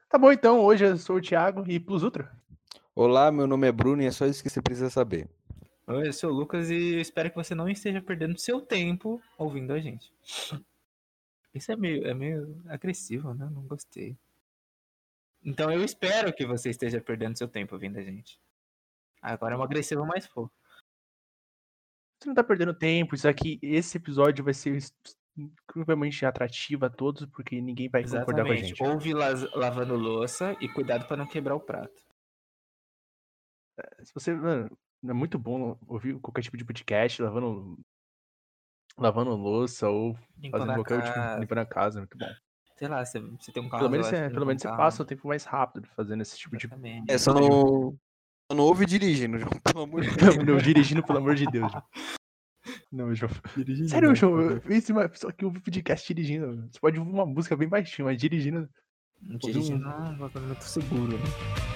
Tá bom, então, hoje eu sou o Thiago e Plus Ultra. Olá, meu nome é Bruno e é só isso que você precisa saber. Oi, eu sou o Lucas e eu espero que você não esteja perdendo seu tempo ouvindo a gente. Isso é meio agressivo, né? Não gostei. Então eu espero que você esteja perdendo seu tempo ouvindo a gente. Agora é um agressivo mais fofo. Você não tá perdendo tempo, esse episódio vai ser incrivelmente atrativo a todos, porque ninguém vai concordar com a gente. Ouve lavando louça e cuidado pra não quebrar o prato. Se você, mano, é muito bom ouvir qualquer tipo de podcast, lavando louça ou fazendo qualquer tipo, limpando a casa, é muito bom. Sei lá, você tem um carro. Pelo menos você passa o tempo mais rápido fazendo esse tipo de... Só não ouve dirigindo, João, pelo amor de Deus. Não, dirigindo, pelo amor de Deus. Não, João. Sério, João, eu fiz uma pessoa que ouve podcast dirigindo. Você pode ouvir uma música bem baixinho, mas dirigindo... Dirigindo é uma coisa muito seguro, né?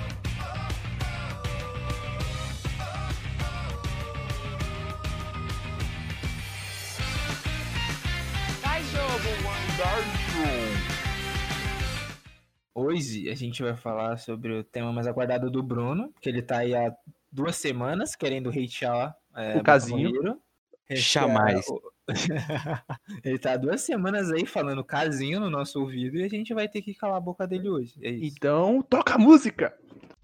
Hoje a gente vai falar sobre o tema mais aguardado do Bruno, que ele tá aí há 2 semanas querendo hatear o casinho. Jamais. Ele tá há 2 semanas aí falando casinho no nosso ouvido e a gente vai ter que calar a boca dele hoje. É isso. Então, toca a música!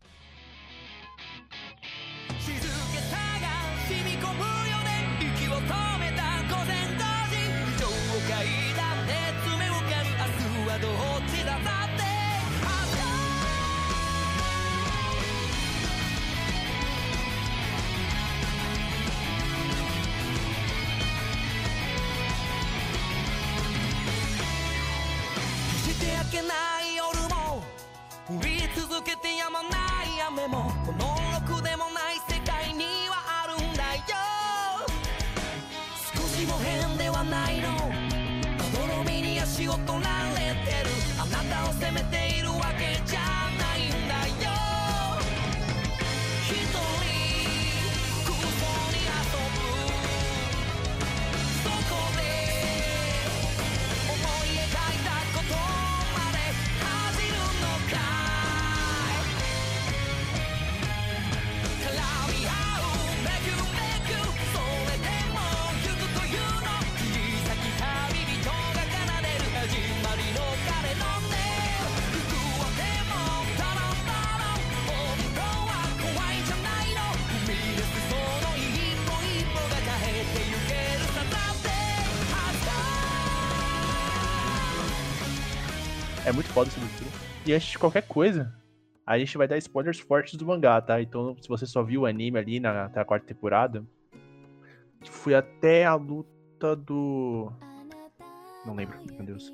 É muito foda esse livro. E antes de qualquer coisa, a gente vai dar spoilers fortes do mangá, tá? Então, se você só viu o anime ali até a 4ª temporada, fui até a luta do... Não lembro, meu Deus.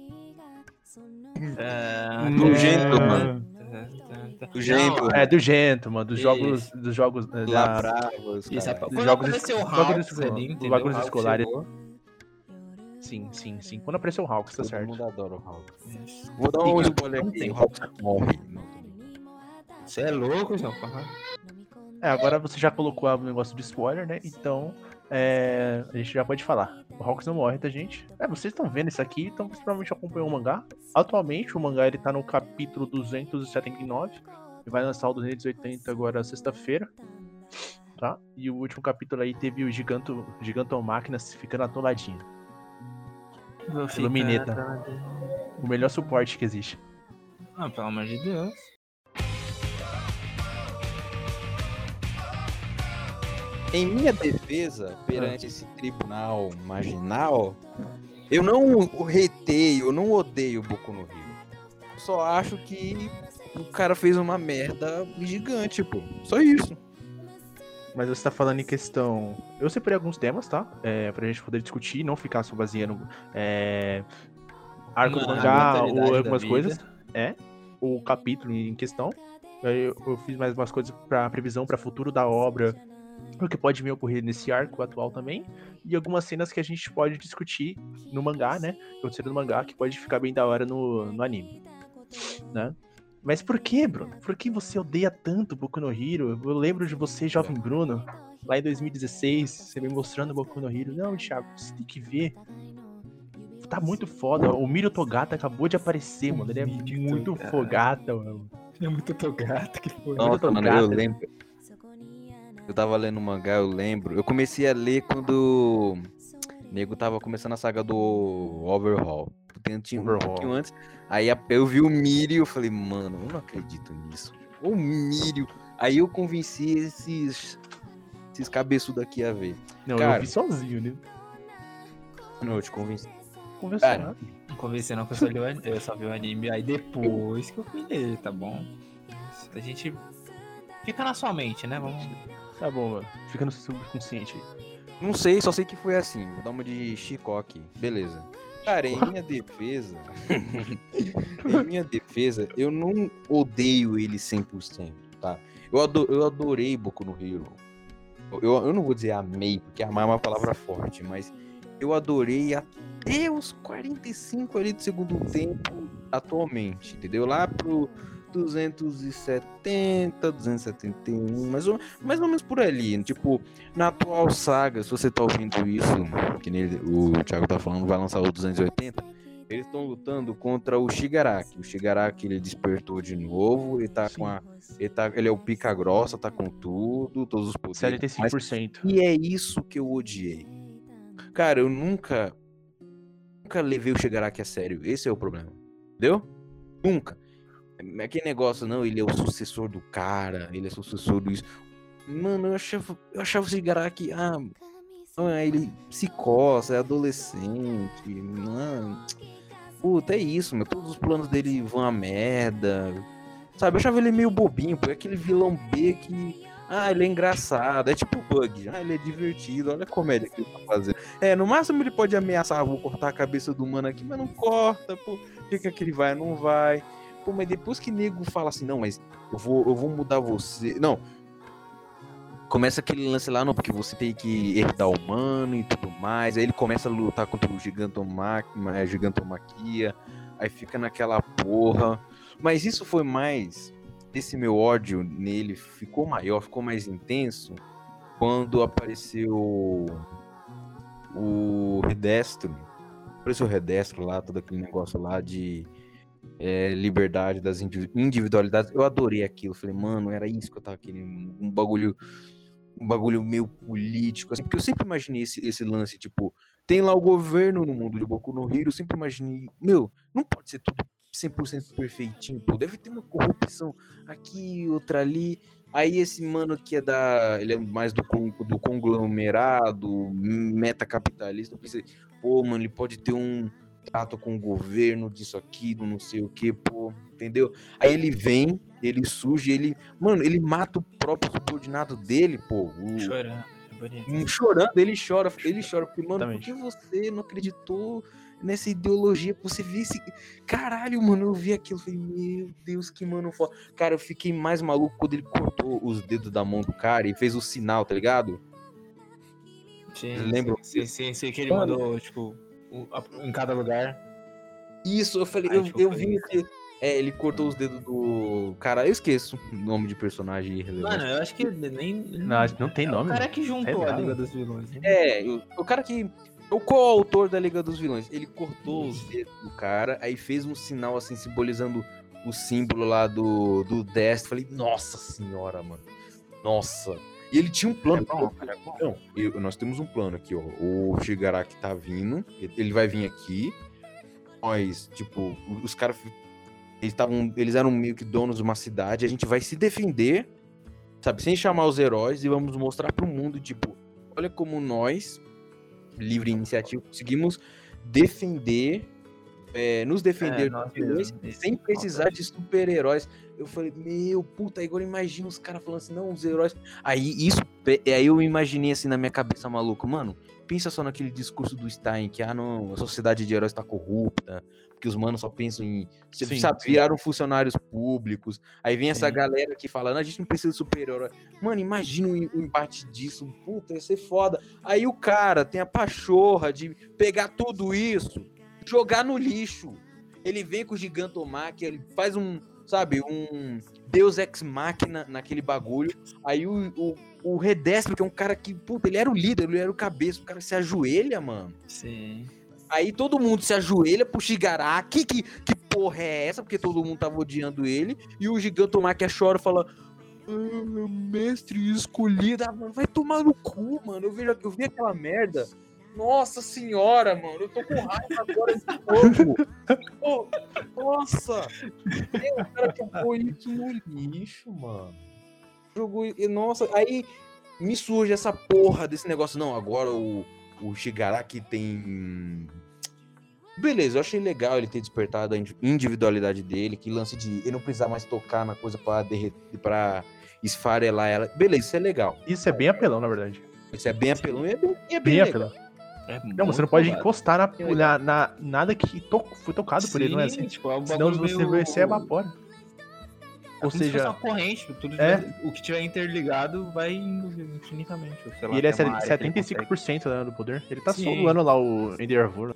Do Gentleman. Do Gentleman. É, do Gentleman, dos jogos... Lá Bravos, Isso, cara. quando apareceu o Hawks ali, entendeu? Jogos Hawks escolares. chegou. Sim. Quando apareceu o Hawks, tá certo. Todo mundo adora o Hawks. Vou dar um spoiler aqui, o Hawks morre. Você é louco, João? Agora você já colocou o negócio de spoiler, né? Então, a gente já pode falar. O Hawks não morre, tá, gente? Vocês estão vendo isso aqui, então você provavelmente acompanhou o mangá. Atualmente, o mangá ele tá no capítulo 279. E vai lançar o 280 agora sexta-feira. Tá? E o último capítulo aí teve o Gigantomáquinas ficando atoladinho. Pelo Mineta. O melhor suporte que existe. Pelo amor de Deus. Em minha defesa, perante esse tribunal marginal, eu não reteio, eu não odeio o Boku no Hero. Eu só acho que o cara fez uma merda gigante, pô. Só isso. Mas você tá falando em questão... Eu separei alguns temas, tá? Pra gente poder discutir, não ficar só baseando arco do mangá ou algumas coisas. O capítulo em questão. Eu fiz mais umas coisas pra previsão, pra futuro da obra, o que pode me ocorrer nesse arco atual também. E algumas cenas que a gente pode discutir no mangá, né? No mangá, que pode ficar bem da hora no anime. Né? Mas por que, Bruno? Por que você odeia tanto Boku no Hero? Eu lembro de você, jovem Bruno, lá em 2016, você me mostrando Boku no Hero. Não, Thiago, você tem que ver. tá muito foda. O Miro Togata acabou de aparecer, mano. Ele é Miro muito Togata. Fogata, mano. É muito Togato que foi. Nossa, mano, Togata. eu lembro. Eu tava lendo o mangá, eu lembro. Eu comecei a ler quando o nego tava começando a saga do Overhaul. Tinha um pouquinho antes. Aí eu vi o Mirio e eu falei, mano, eu não acredito nisso. O Mirio. Aí eu convenci esses cabeçudos aqui a ver. Não, Cara, eu vi sozinho, né? Não, eu te convenci. Conversou Cara, nada. Não convenci não que eu só vi o anime, aí depois que eu fui ler, tá bom? A gente fica na sua mente, né? Vamos. Tá bom, mano. Fica no subconsciente aí. Não sei, só sei que foi assim. Vou dar uma de Chicó aqui. Beleza. Cara, em minha defesa... em minha defesa, eu não odeio ele 100%, tá? Eu adorei Boku no Hero. Eu não vou dizer amei, porque amar é uma palavra forte, mas eu adorei até os 45 ali do segundo tempo atualmente, entendeu? Lá pro 270, 271, mais ou menos por ali. Tipo, na atual saga, se você tá ouvindo isso, que o Thiago tá falando, vai lançar o 280, eles estão lutando contra o Shigaraki. O Shigaraki, ele despertou de novo, ele tá com ele é o pica grossa, tá com tudo, todos os poderes. 75%. E é isso que eu odiei. Cara, eu nunca levei o Shigaraki a sério. Esse é o problema. Entendeu? Nunca. Aquele negócio, não, ele é o sucessor do cara, ele é sucessor do isso. Mano, eu achava o Shigaraki, ele se coça, é adolescente, mano. Puta, é isso, meu. Todos os planos dele vão a merda. Sabe, eu achava ele meio bobinho, pô. É aquele vilão B que... ele é engraçado. É tipo Bug. Ele é divertido. Olha a comédia que ele tá fazendo. No máximo ele pode ameaçar, vou cortar a cabeça do mano aqui, mas não corta, pô. Fica que ele vai, não vai. Pô, mas depois que nego fala assim, não, mas eu vou mudar você. Não. Começa aquele lance lá, não, porque você tem que herdar o humano e tudo mais. Aí ele começa a lutar contra o Gigantomaquia. Aí fica naquela porra. Mas isso foi mais... Esse meu ódio nele ficou maior, ficou mais intenso quando apareceu o Redestro. Apareceu o Redestro lá, todo aquele negócio lá de liberdade das individualidades. Eu adorei aquilo. Falei, mano, era isso que eu tava querendo. Um bagulho meio político, assim, porque eu sempre imaginei esse lance, tipo, tem lá o governo no mundo de Boku no Hero, eu sempre imaginei, meu, não pode ser tudo 100% perfeitinho, pô, deve ter uma corrupção aqui, outra ali. Aí esse mano que ele é mais do conglomerado, metacapitalista, eu pensei, pô, mano, ele pode ter um trato com o governo disso aqui, do não sei o que, pô, entendeu? Aí ele vem, ele surge, ele mata o próprio subordinado dele, pô. Chorando. Chorando, ele chora, porque, mano, Exatamente. por que você não acreditou nessa ideologia? Você viu esse... Caralho, mano, eu vi aquilo, falei, meu Deus, que mano foda. Cara, eu fiquei mais maluco quando ele cortou os dedos da mão do cara e fez o sinal, tá ligado? Sim, Lembro. sim, que ele mandou, tipo, em cada lugar. Isso, eu falei, eu vi que ele cortou os dedos do cara, eu esqueço o nome de personagem irrelevante. Mano, eu acho que nem... Não tem nome, O cara mano. que juntou a Liga dos Vilões. Né? O cara que... O coautor da Liga dos Vilões, ele cortou os dedos do cara, aí fez um sinal assim, simbolizando o símbolo lá do Destro. Falei, nossa senhora, mano. Nossa. E ele tinha um plano. Não, nós temos um plano aqui, ó. O Shigaraki tá vindo, ele vai vir aqui. Nós, tipo, os caras... Eles eram meio que donos de uma cidade, a gente vai se defender, sabe, sem chamar os heróis, e vamos mostrar pro mundo, tipo, olha como nós, livre iniciativa, conseguimos defender, nos defender sem precisar de super-heróis. Eu falei, meu, puta, agora imagina os caras falando assim, não, os heróis... Aí eu imaginei assim na minha cabeça, maluco, mano, pensa só naquele discurso do Stein, que, não, a sociedade de heróis tá corrupta, porque os manos só pensam em... Viraram funcionários públicos. Aí vem essa galera que fala, a gente não precisa de super-herói. Mano, imagina o embate disso. Puta, ia ser foda. Aí o cara tem a pachorra de pegar tudo isso, jogar no lixo. Ele vem com o Gigantomaquia, ele faz um Deus Ex Machina naquele bagulho. Aí o Redestro, que é um cara que, puta, ele era o líder, ele era o cabeça, o cara se ajoelha, mano. Sim. Aí todo mundo se ajoelha pro Shigaraki, que porra é essa? Porque todo mundo tava odiando ele. E o Gigantomachia chora e fala: meu mestre escolhido. Ah, mano, vai tomar no cu, mano. Eu vi aquela merda. Nossa senhora, mano. Eu tô com raiva agora de novo. Oh, nossa. O cara jogou isso no lixo, mano. Nossa, aí me surge essa porra desse negócio. Não, agora o Shigaraki tem... Beleza, eu achei legal ele ter despertado a individualidade dele, que lance de ele não precisar mais tocar na coisa pra derreter, pra esfarelar ela. Beleza, isso é legal. Isso é bem apelão, na verdade. Isso é bem apelão e é bem Bem legal. apelão. É Não, você não pode roubado. encostar na nada que foi tocado por ele, não é assim? Tipo, é um Senão bagulho você meio... você evapora. Ou Como se fosse seja, uma corrente, tudo o que tiver interligado vai indo infinitamente. Sei lá, e ele é tem uma área que ele 75%, né, do poder. Ele tá Sim. solando lá o Endeavor.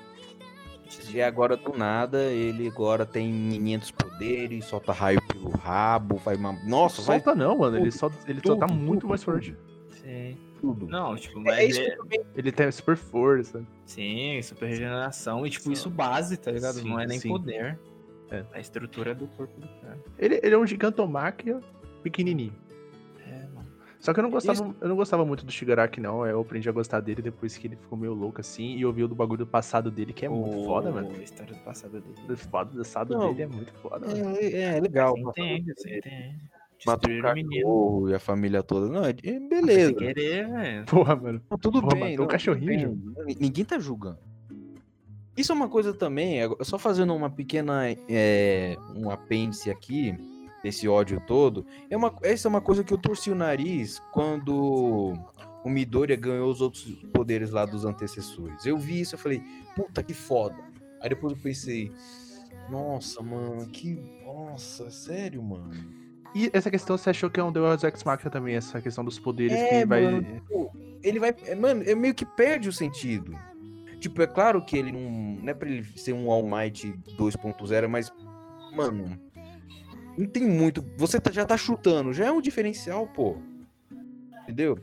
E agora, do nada, ele agora tem 500 poderes, solta raio pelo rabo, faz uma... Nossa, vai Solta não, mano. Ele só tá tudo, muito tudo, mais forte. Sim. tudo. Não, tipo, É mas isso que eu também... Ele tem super força. Sim, super regeneração. E tipo, isso base, tá ligado? Sim, não é nem sim. poder. É. A estrutura do corpo do cara. Ele é um Gigantomachia pequenininho. É, mano. Só que eu não gostava muito do Shigaraki, não. Eu aprendi a gostar dele depois que ele ficou meio louco assim. E eu vi o do bagulho do passado dele, que é muito foda, mano. A história do passado dele. O passado Não. dele é muito foda, mano. É legal. Você entende, você entende. Matou o Destruir o menino. cachorro e a família toda. Não, Sem beleza. querer, velho. Porra, mano. Não, tudo Porra, bem. matou o não, cachorrinho, tudo bem. Ninguém tá julgando. Isso é uma coisa também, só fazendo uma pequena um apêndice aqui, desse ódio todo. Essa é uma coisa que eu torci o nariz quando o Midoriya ganhou os outros poderes lá dos antecessores. Eu vi isso e falei, puta que foda. Aí depois eu pensei, nossa, mano, nossa, sério, mano. E essa questão você achou que é um Deus Ex Machina também, essa questão dos poderes É, que vai. mano, pô, ele vai. Mano, meio que perde o sentido. Tipo, é claro que ele não é pra ele ser um All Might 2.0, mas, mano, não tem muito. Você já tá chutando, já é um diferencial, pô. Entendeu?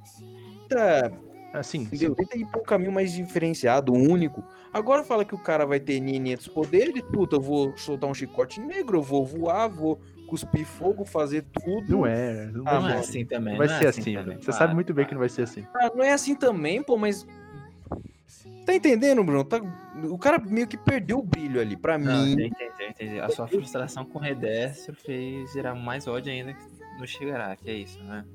Assim, Entendeu? Tenta ir pra um caminho mais diferenciado, único. Agora fala que o cara vai ter 500 poderes, puta, eu vou soltar um chicote negro, eu vou voar, vou cuspir fogo, fazer tudo. não é. Não Não vai é ser. assim também. Não vai não é ser assim, também. mano. Você sabe muito bem que não vai ser assim. Ah, não é assim também, pô, mas. Tá entendendo, Bruno? O cara meio que perdeu o brilho ali. Pra Não, mim. entendi. A sua frustração com o Redestro fez gerar mais ódio ainda que no Shigaraki, é isso, né?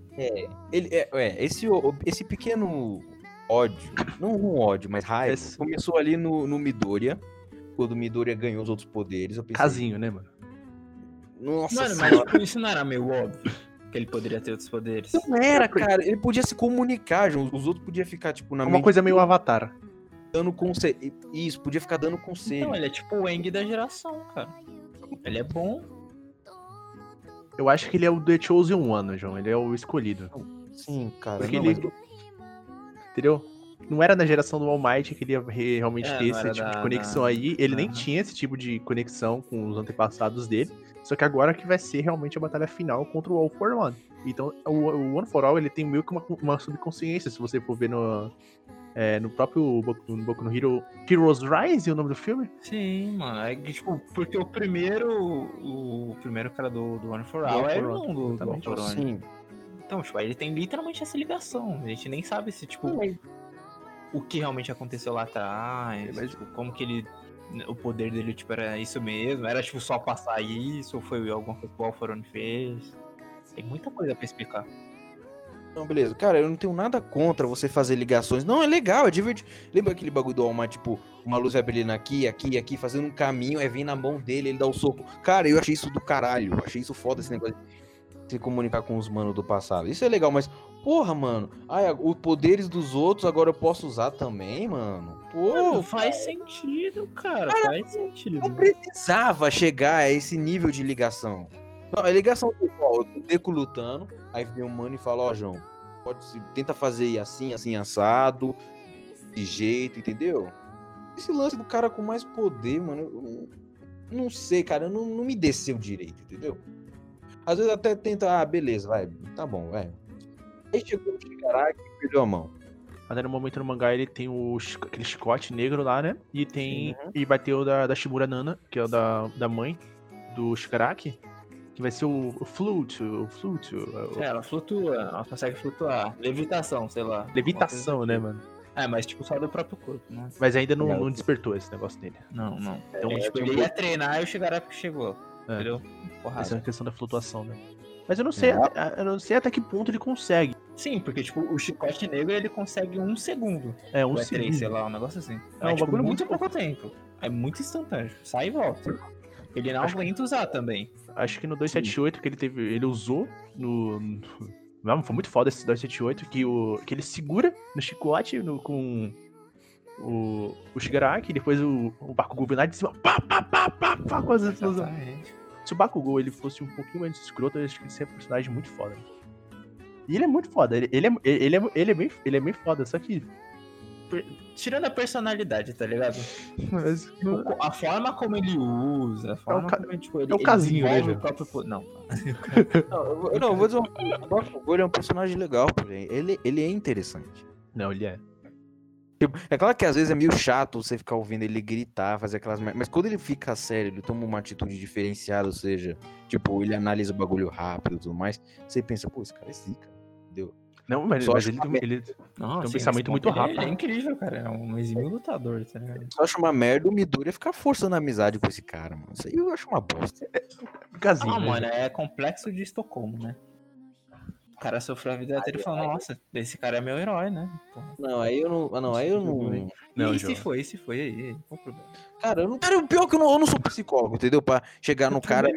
Esse pequeno ódio, não um ódio, mas raiva, começou ali no Midoriya. Quando o Midoriya ganhou os outros poderes, eu pensei. Casinho, né, mano? Nossa Mano, senhora. mas tipo, isso não era meio óbvio que ele poderia ter outros poderes. Não era, cara. Ele podia se comunicar, João. Os outros podiam ficar, tipo, na Uma mente coisa meio Avatar. dando conselho. Isso, podia ficar dando conselho. Então, ele é tipo o Aang da geração, cara. Ele é bom. Eu acho que ele é o The Chosen One, João. Ele é o escolhido. Sim, cara. Porque não, ele. Entendeu? Não era na geração do All Might que ele ia realmente ter não esse era tipo de da- conexão da- aí. Ele nem Aham. tinha esse tipo de conexão com os antepassados dele. Só que agora que vai ser realmente a batalha final contra o All for One. Então, o One for All, ele tem meio que uma subconsciência, se você for ver no próprio Boku no Hero, Heroes Rise, o nome do filme? Sim, mano. É que, tipo, porque o primeiro cara do One for All One é for irmão All, do All exatamente. for One. Sim. Então, tipo, aí ele tem literalmente essa ligação. A gente nem sabe se, tipo, o que realmente aconteceu lá atrás, Mas- tipo, como que o poder dele, tipo, era isso mesmo, era, tipo, só passar isso, ou foi alguma coisa que o All for One fez. Tem muita coisa pra explicar. Não, beleza. Cara, eu não tenho nada contra você fazer ligações. Não, é legal, é divertido. Lembra aquele bagulho do All Might, tipo, uma luz vai brilhando aqui, fazendo um caminho, aí vem na mão dele, ele dá o soco. Cara, eu achei isso do caralho. Eu achei isso foda, esse negócio de se comunicar com os manos do passado. Isso é legal, mas, porra, mano, os poderes dos outros agora eu posso usar também, mano. Pô, Mano, faz sentido, cara, faz sentido. não precisava chegar a esse nível de ligação. Não, a ligação pessoal, eu tô Deco lutando, aí vem um mano e fala, ó, João, tenta fazer assim, assim, assado, de jeito, entendeu? Esse lance do cara com mais poder, mano, eu não sei, cara, não me desceu direito, entendeu? Às vezes até tenta, beleza, vai, tá bom, vai. Aí chegou o Shigaraki e perdeu a mão. Até no momento no mangá ele tem aquele chicote negro lá, né? E tem. E vai ter o da Shimura Nana, que é o da mãe do Shigaraki. Que vai ser o Flute. Ela flutua, ela consegue flutuar. Levitação, sei lá. Levitação, né, mano? Mas tipo, só do próprio corpo, né? Mas ainda não despertou esse negócio dele. Não. Então, Tipo, ele ia treinar e o Shigaraki chegou. Entendeu? Porrada. Essa é a questão da flutuação, né? Mas eu não sei até que ponto ele consegue. Sim, porque tipo, o chicote negro ele consegue 1 segundo. É, Ou 3, sei lá, um negócio assim. É um tipo, bagulho muito muito pouco tempo. É muito instantâneo. Sai e volta. Ele não aguenta usar também. Acho que no 278 que ele usou Não, foi muito foda esse 278, que ele segura no chicote com o Shigaraki, e depois o Bakugou vem lá de cima, pá, com as explosões. Se o Bakugou ele fosse um pouquinho menos escroto, eu acho que ele seria um personagem muito foda. E ele é muito foda, ele é bem foda, só que... Tirando a personalidade, tá ligado? Mas, a forma como ele usa, a forma como ele, tipo, é o casinho, né, o próprio... Não, eu vou dizer o Bakugou é um personagem legal, porém. Ele é interessante. Não, ele é. Tipo, é claro que às vezes é meio chato você ficar ouvindo ele gritar, fazer aquelas merdas, mas quando ele fica sério, ele toma uma atitude diferenciada, ou seja, tipo, ele analisa o bagulho rápido e tudo mais, você pensa, pô, esse cara é zica, entendeu? Não, mas ele tem um pensamento muito rápido. Ele é incrível, cara. É um exímio lutador, tá ligado? Eu acho uma merda o Midoriya ficar forçando a amizade com esse cara, mano. Isso aí eu acho uma bosta. Casinho, mano, é complexo de Estocolmo, né? O cara sofreu a vida dele e falou, nossa, esse cara é meu herói, né? Porra. Não, aí eu não... E se foi aí, qual o problema? Cara, eu não quero... Pior que eu não sou psicólogo, entendeu? Pra chegar no cara...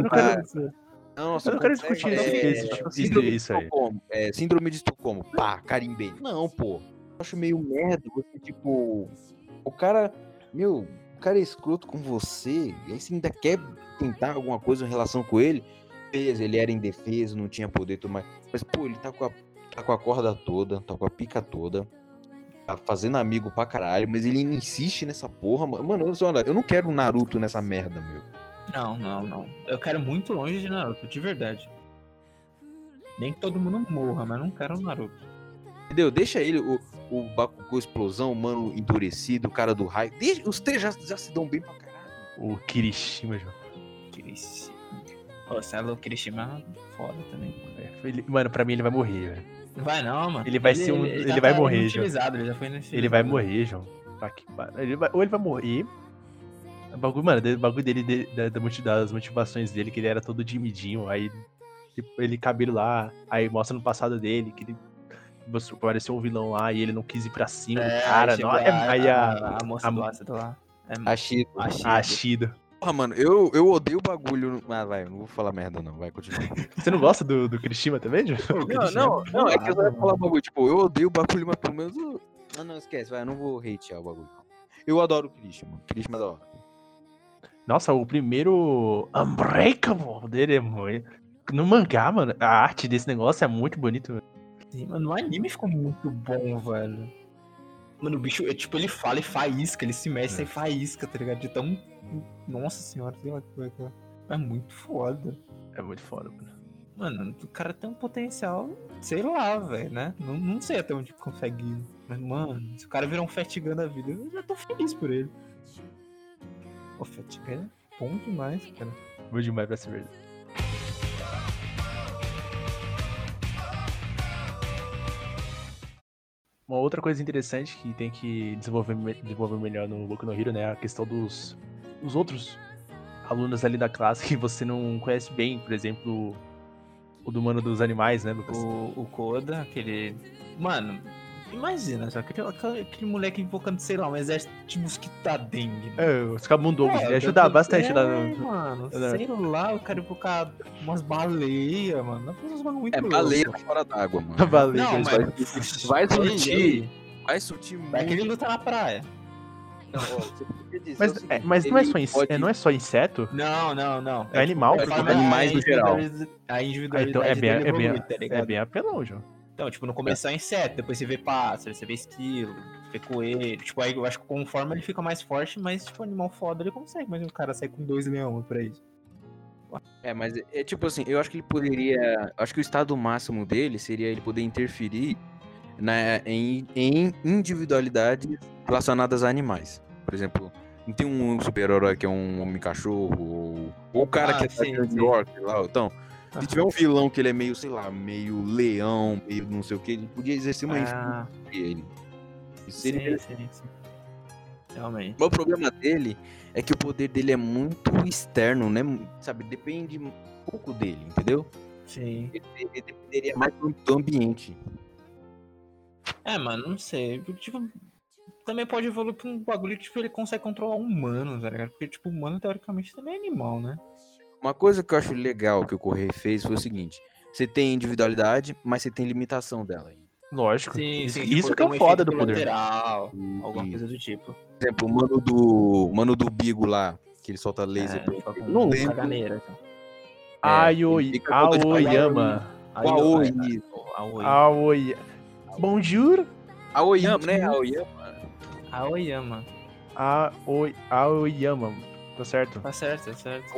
Eu não quero discutir isso aí. Síndrome de Estocolmo. Pá, carimbei. Não, pô. Eu acho meio merda você, tipo... O cara é escroto com você, e aí você ainda quer tentar alguma coisa em relação com ele. Beleza, ele era indefeso, não tinha poder, tudo mais. Mas, pô, ele tá com a corda toda, tá com a pica toda, tá fazendo amigo pra caralho, mas ele insiste nessa porra, mano. Mano, olha, eu não quero um Naruto nessa merda, meu. Não. Eu quero muito longe de Naruto, de verdade. Nem que todo mundo morra, mas não quero o Naruto. Entendeu? Deixa ele, o Bakugou explosão, o mano endurecido, o cara do raio. Os três já se dão bem pra caralho. O Kirishima, João. Kirishima. Você é louco, Kirishima foda também. Mano, pra mim ele vai morrer, velho. Não vai não, mano. Ele vai ser um. Ele vai morrer, João. Ele já foi ele vai morrer, João. Ou ele vai morrer. O bagulho dele, das motivações dele, que ele era todo timidinho, aí ele cabelo lá, aí mostra no passado dele que ele apareceu um vilão lá e ele não quis ir pra cima do cara. Aí a moça do ácido lá. A Shido. Porra, mano, eu odeio o bagulho. Ah, vai, não vou falar merda, não. Vai, continua. Você não gosta do Kirishima também, João? Não, é que eu vou falar o bagulho. Tipo, eu odeio o bagulho, mas pelo menos. Ah, não, esquece, vai, eu não vou hatear o bagulho. Eu adoro o Kirishima. O Kirishima é da hora. Nossa, o primeiro Unbreakable dele é muito. No mangá, mano, a arte desse negócio é muito bonito. Sim, mano, no anime ficou muito bom, velho. Mano, o bicho, tipo, ele fala e faísca, ele se mexe e faísca, tá ligado? De tão. Nossa senhora, sei lá que foi aquilo. É muito foda. É muito foda, mano. Mano, o cara tem um potencial, sei lá, velho, né? Não sei até onde consegue ir. Mas, mano, se o cara virar um Fat Gun da vida, eu já tô feliz por ele. O Fat Gun é bom demais, cara. Bom demais pra ser verdade. Uma outra coisa interessante que tem que desenvolver melhor no Boku no Hero, né? A questão dos outros alunos ali da classe que você não conhece bem. Por exemplo, o do Mano dos Animais, né, Lucas? O Koda, aquele... Mano, imagina, só aquele moleque invocando, sei lá, um exército de mosquito da dengue. Né? Os camundongos, ele ajuda bastante lá no... Mano, sei lá, eu quero invocar umas baleias, mano. Não faz uns bagulho muito louco. Baleia fora d'água, mano. Baleia. Não, mas vai surtir. Vai surtir muito. Vai que ele luta na praia. Não, você podia dizer mas não é só inseto? Não. É animal, porque animais no geral. A individualidade é bem apelão, João. Então, tipo, no começo é inseto, depois você vê pássaro, você vê esquilo, você vê coelho. Tipo, aí eu acho que conforme ele fica mais forte, mas, tipo, animal foda ele consegue. Mas o cara sai com 2 leões por aí. Mas é tipo assim, eu acho que ele poderia... Acho que o estado máximo dele seria ele poder interferir em individualidades relacionadas a animais. Por exemplo, não tem um super-herói que é um homem-cachorro, ou o cara que é sim, de sim. New York, lá. Então, se tiver um vilão que ele é meio, sei lá, meio leão, meio não sei o que, ele podia exercer uma influência sobre ele. Isso seria... Sim. Realmente. Mas o problema dele é que o poder dele é muito externo, né? Sabe, depende um pouco dele, entendeu? Sim. Ele dependeria mais do ambiente. Mano, não sei. Tipo, também pode evoluir pra um bagulho que tipo, ele consegue controlar um humano, tá ligado? Porque, tipo, o humano, teoricamente, também é animal, né? Uma coisa que eu acho legal que o Correia fez foi o seguinte: você tem individualidade, mas você tem limitação dela. Lógico. Sim, Isso, tipo, isso que tem é o um foda efeito do poder. colateral, alguma coisa do tipo. Por exemplo, o mano do Bigo lá, que ele solta laser. Não lembro. Caganeira, então. Aoyama. Aoyama. Bonjour. Aoyama, né? Aoyama. Aoyama. Tá certo? Tá certo.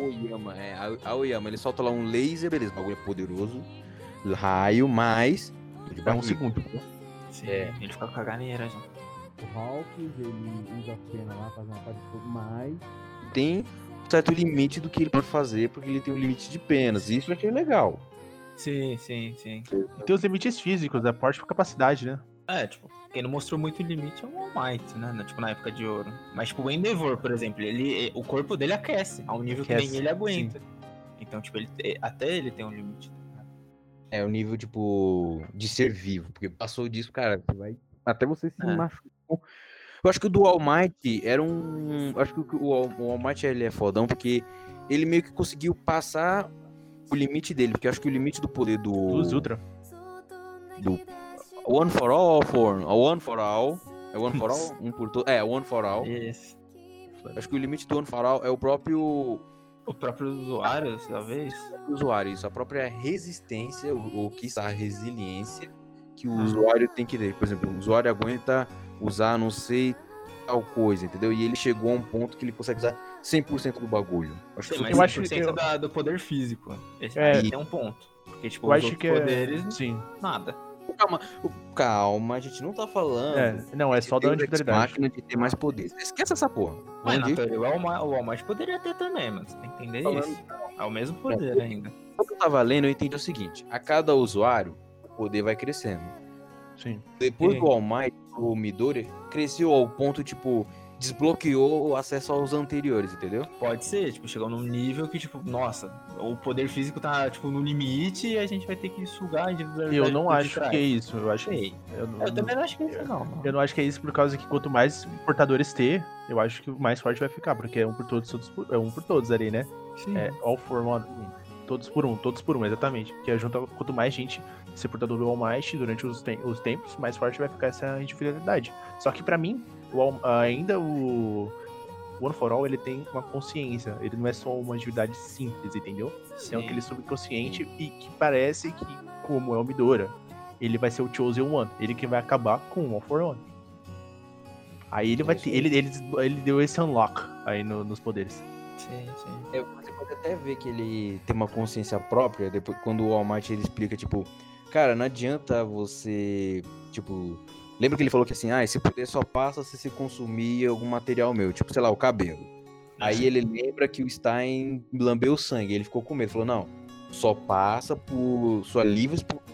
Aoyama, ele solta lá um laser, beleza, o bagulho é poderoso. Raio, mas... É um segundo. Sim, ele fica com a caganeira, já. O Hawkins, ele usa a pena lá, faz uma parte de fogo, mas... Tem um certo limite do que ele pode fazer, porque ele tem um limite de penas. Isso eu achei legal. Sim. Tem os limites físicos, da porte por capacidade, né? Tipo, quem não mostrou muito limite é o All Might, né? Tipo, na época de ouro. Mas, tipo, o Endeavor, por exemplo, o corpo dele aquece, a um nível que nem ele aguenta. Sim. Então, tipo, até ele tem um limite. É o nível, tipo, de ser vivo. Porque passou disso, cara, até você se machucar. Eu acho que o do All Might era acho que o All Might, ele é fodão, porque ele meio que conseguiu passar o limite dele. Porque eu acho que o limite do poder dos Ultra. Do One for All. É One for All? Um por todos. One for All. Isso. Acho que o limite do One for All é o próprio... O próprio usuário, talvez? O usuário, isso. A própria resistência, ou quiçá a resiliência que o usuário tem que ter. Por exemplo, o usuário aguenta usar não sei tal coisa, entendeu? E ele chegou a um ponto que ele consegue usar 100% do bagulho. Eu acho que 100% do poder físico. Aí tem um ponto. Porque, tipo, os outros poderes, nada. Calma, a gente não tá falando. Não, é só da individualidade. Máquina de ter mais poder. Esquece essa porra. Mas na teoria o All Might poderia ter também, mano. Você tem que entender isso. É o mesmo poder ainda. O que eu tava lendo, eu entendi o seguinte: a cada usuário, o poder vai crescendo. Sim. Depois do All Might, o Midori cresceu ao ponto, tipo, desbloqueou o acesso aos anteriores, entendeu? Pode ser, tipo, chegou num nível que, tipo, nossa, o poder físico tá, tipo, no limite e a gente vai ter que sugar a individualidade. Eu não acho que é isso, eu acho que... Eu também não acho que é isso, não. Mano. Eu não acho que é isso por causa que quanto mais portadores ter, eu acho que mais forte vai ficar, porque é um por todos ali, né? Sim. É all for one, todos por um, exatamente. Que junta quanto mais gente ser portador do All Might durante os tempos, mais forte vai ficar essa individualidade. Só que pra mim, ainda o One for All, ele tem uma consciência, ele não é só uma atividade simples, entendeu? Sim. É aquele subconsciente e que parece que, como é o Midora, ele vai ser o Chosen One, ele que vai acabar com o One for All. Aí ele vai ter, ele deu esse unlock aí nos poderes. Sim. Você pode até ver que ele tem uma consciência própria, depois, quando o All Might ele explica, tipo, cara, não adianta você, tipo... Lembra que ele falou que assim, esse poder só passa se consumir algum material meu, tipo, sei lá, o cabelo. Aí ele lembra que o Stein lambeu o sangue, ele ficou com medo, falou, não, só passa por sua livres por...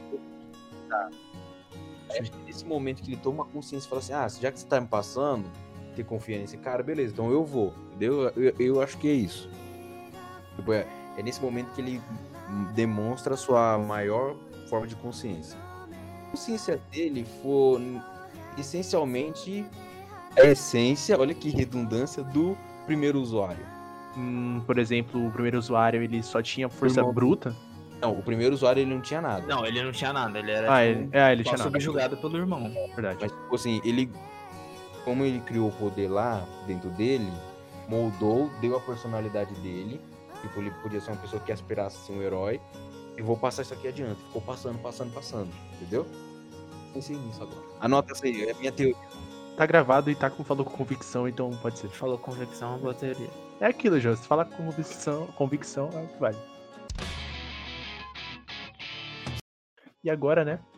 Aí, nesse momento que ele toma consciência e fala assim, já que você tá me passando, você confia nesse cara, beleza, então eu vou, entendeu? Eu acho que é isso. Tipo, é nesse momento que ele demonstra a sua maior forma de consciência. A consciência dele foi essencialmente a essência, olha que redundância, do primeiro usuário. Por exemplo, o primeiro usuário ele só tinha força bruta. Não, o primeiro usuário ele não tinha nada. Não, ele não tinha nada, ele era ele tinha subjugado pelo irmão. Verdade. Mas tipo assim, como ele criou o poder lá dentro dele, moldou, deu a personalidade dele. Tipo, ele podia ser uma pessoa que aspirasse ser um herói. E vou passar isso aqui adiante. Ficou passando. Entendeu? Pensei nisso agora. Anota essa aí, é a minha teoria. Tá gravado e falou com convicção, então pode ser. Falou com convicção, é uma boa teoria. É aquilo, Jô. Se fala com convicção, vale. E agora, né?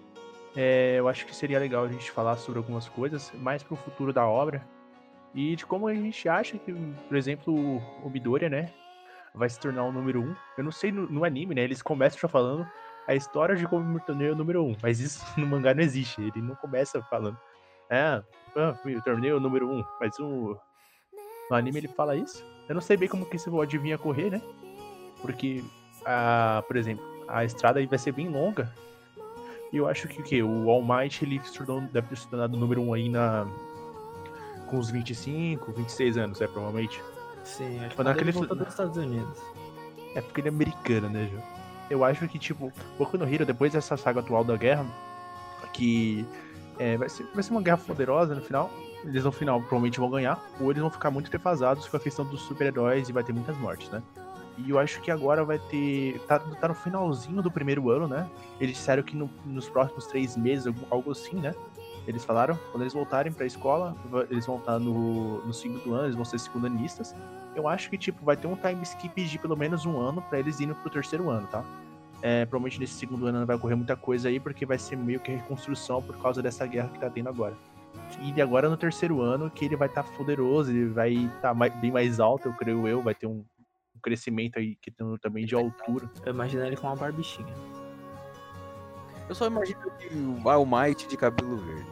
eu acho que seria legal a gente falar sobre algumas coisas mais pro futuro da obra e de como a gente acha que, por exemplo, o Midoriya, né, vai se tornar o número 1. Eu não sei no anime, né, eles começam já falando a história de como me tornei o número 1, mas isso no mangá não existe, ele não começa falando, me tornei o número 1, mas no anime ele fala isso. Eu não sei bem como que isso pode vir a correr, né, porque, por exemplo, a estrada aí vai ser bem longa. E eu acho que o quê? O All Might ele deve ter se tornado o número 1 aí com uns 25, 26 anos, provavelmente. Sim, acho que Quando quando ele aquele voltou dos Estados Unidos. É porque ele é americano, né, João? Eu acho que, tipo, Boku no Hero, depois dessa saga atual da guerra, que vai ser uma guerra poderosa no final. Eles no final provavelmente vão ganhar, ou eles vão ficar muito defasados com a questão dos super-heróis e vai ter muitas mortes, né? E eu acho que agora vai ter. Tá no finalzinho do primeiro ano, né? Eles disseram que nos próximos 3 meses, algo assim, né? Eles falaram, quando eles voltarem pra escola, eles vão estar no segundo ano, eles vão ser segundanistas. Eu acho que, tipo, vai ter um time skip de pelo menos um ano pra eles irem pro terceiro ano, tá? Provavelmente nesse segundo ano vai ocorrer muita coisa aí, porque vai ser meio que reconstrução por causa dessa guerra que tá tendo agora. E agora no terceiro ano que ele vai estar poderoso, ele vai estar bem mais alto, eu creio eu, vai ter um crescimento aí que tem também de altura. Eu imagino ele com uma barbichinha. Eu só imagino que o All Might de cabelo verde.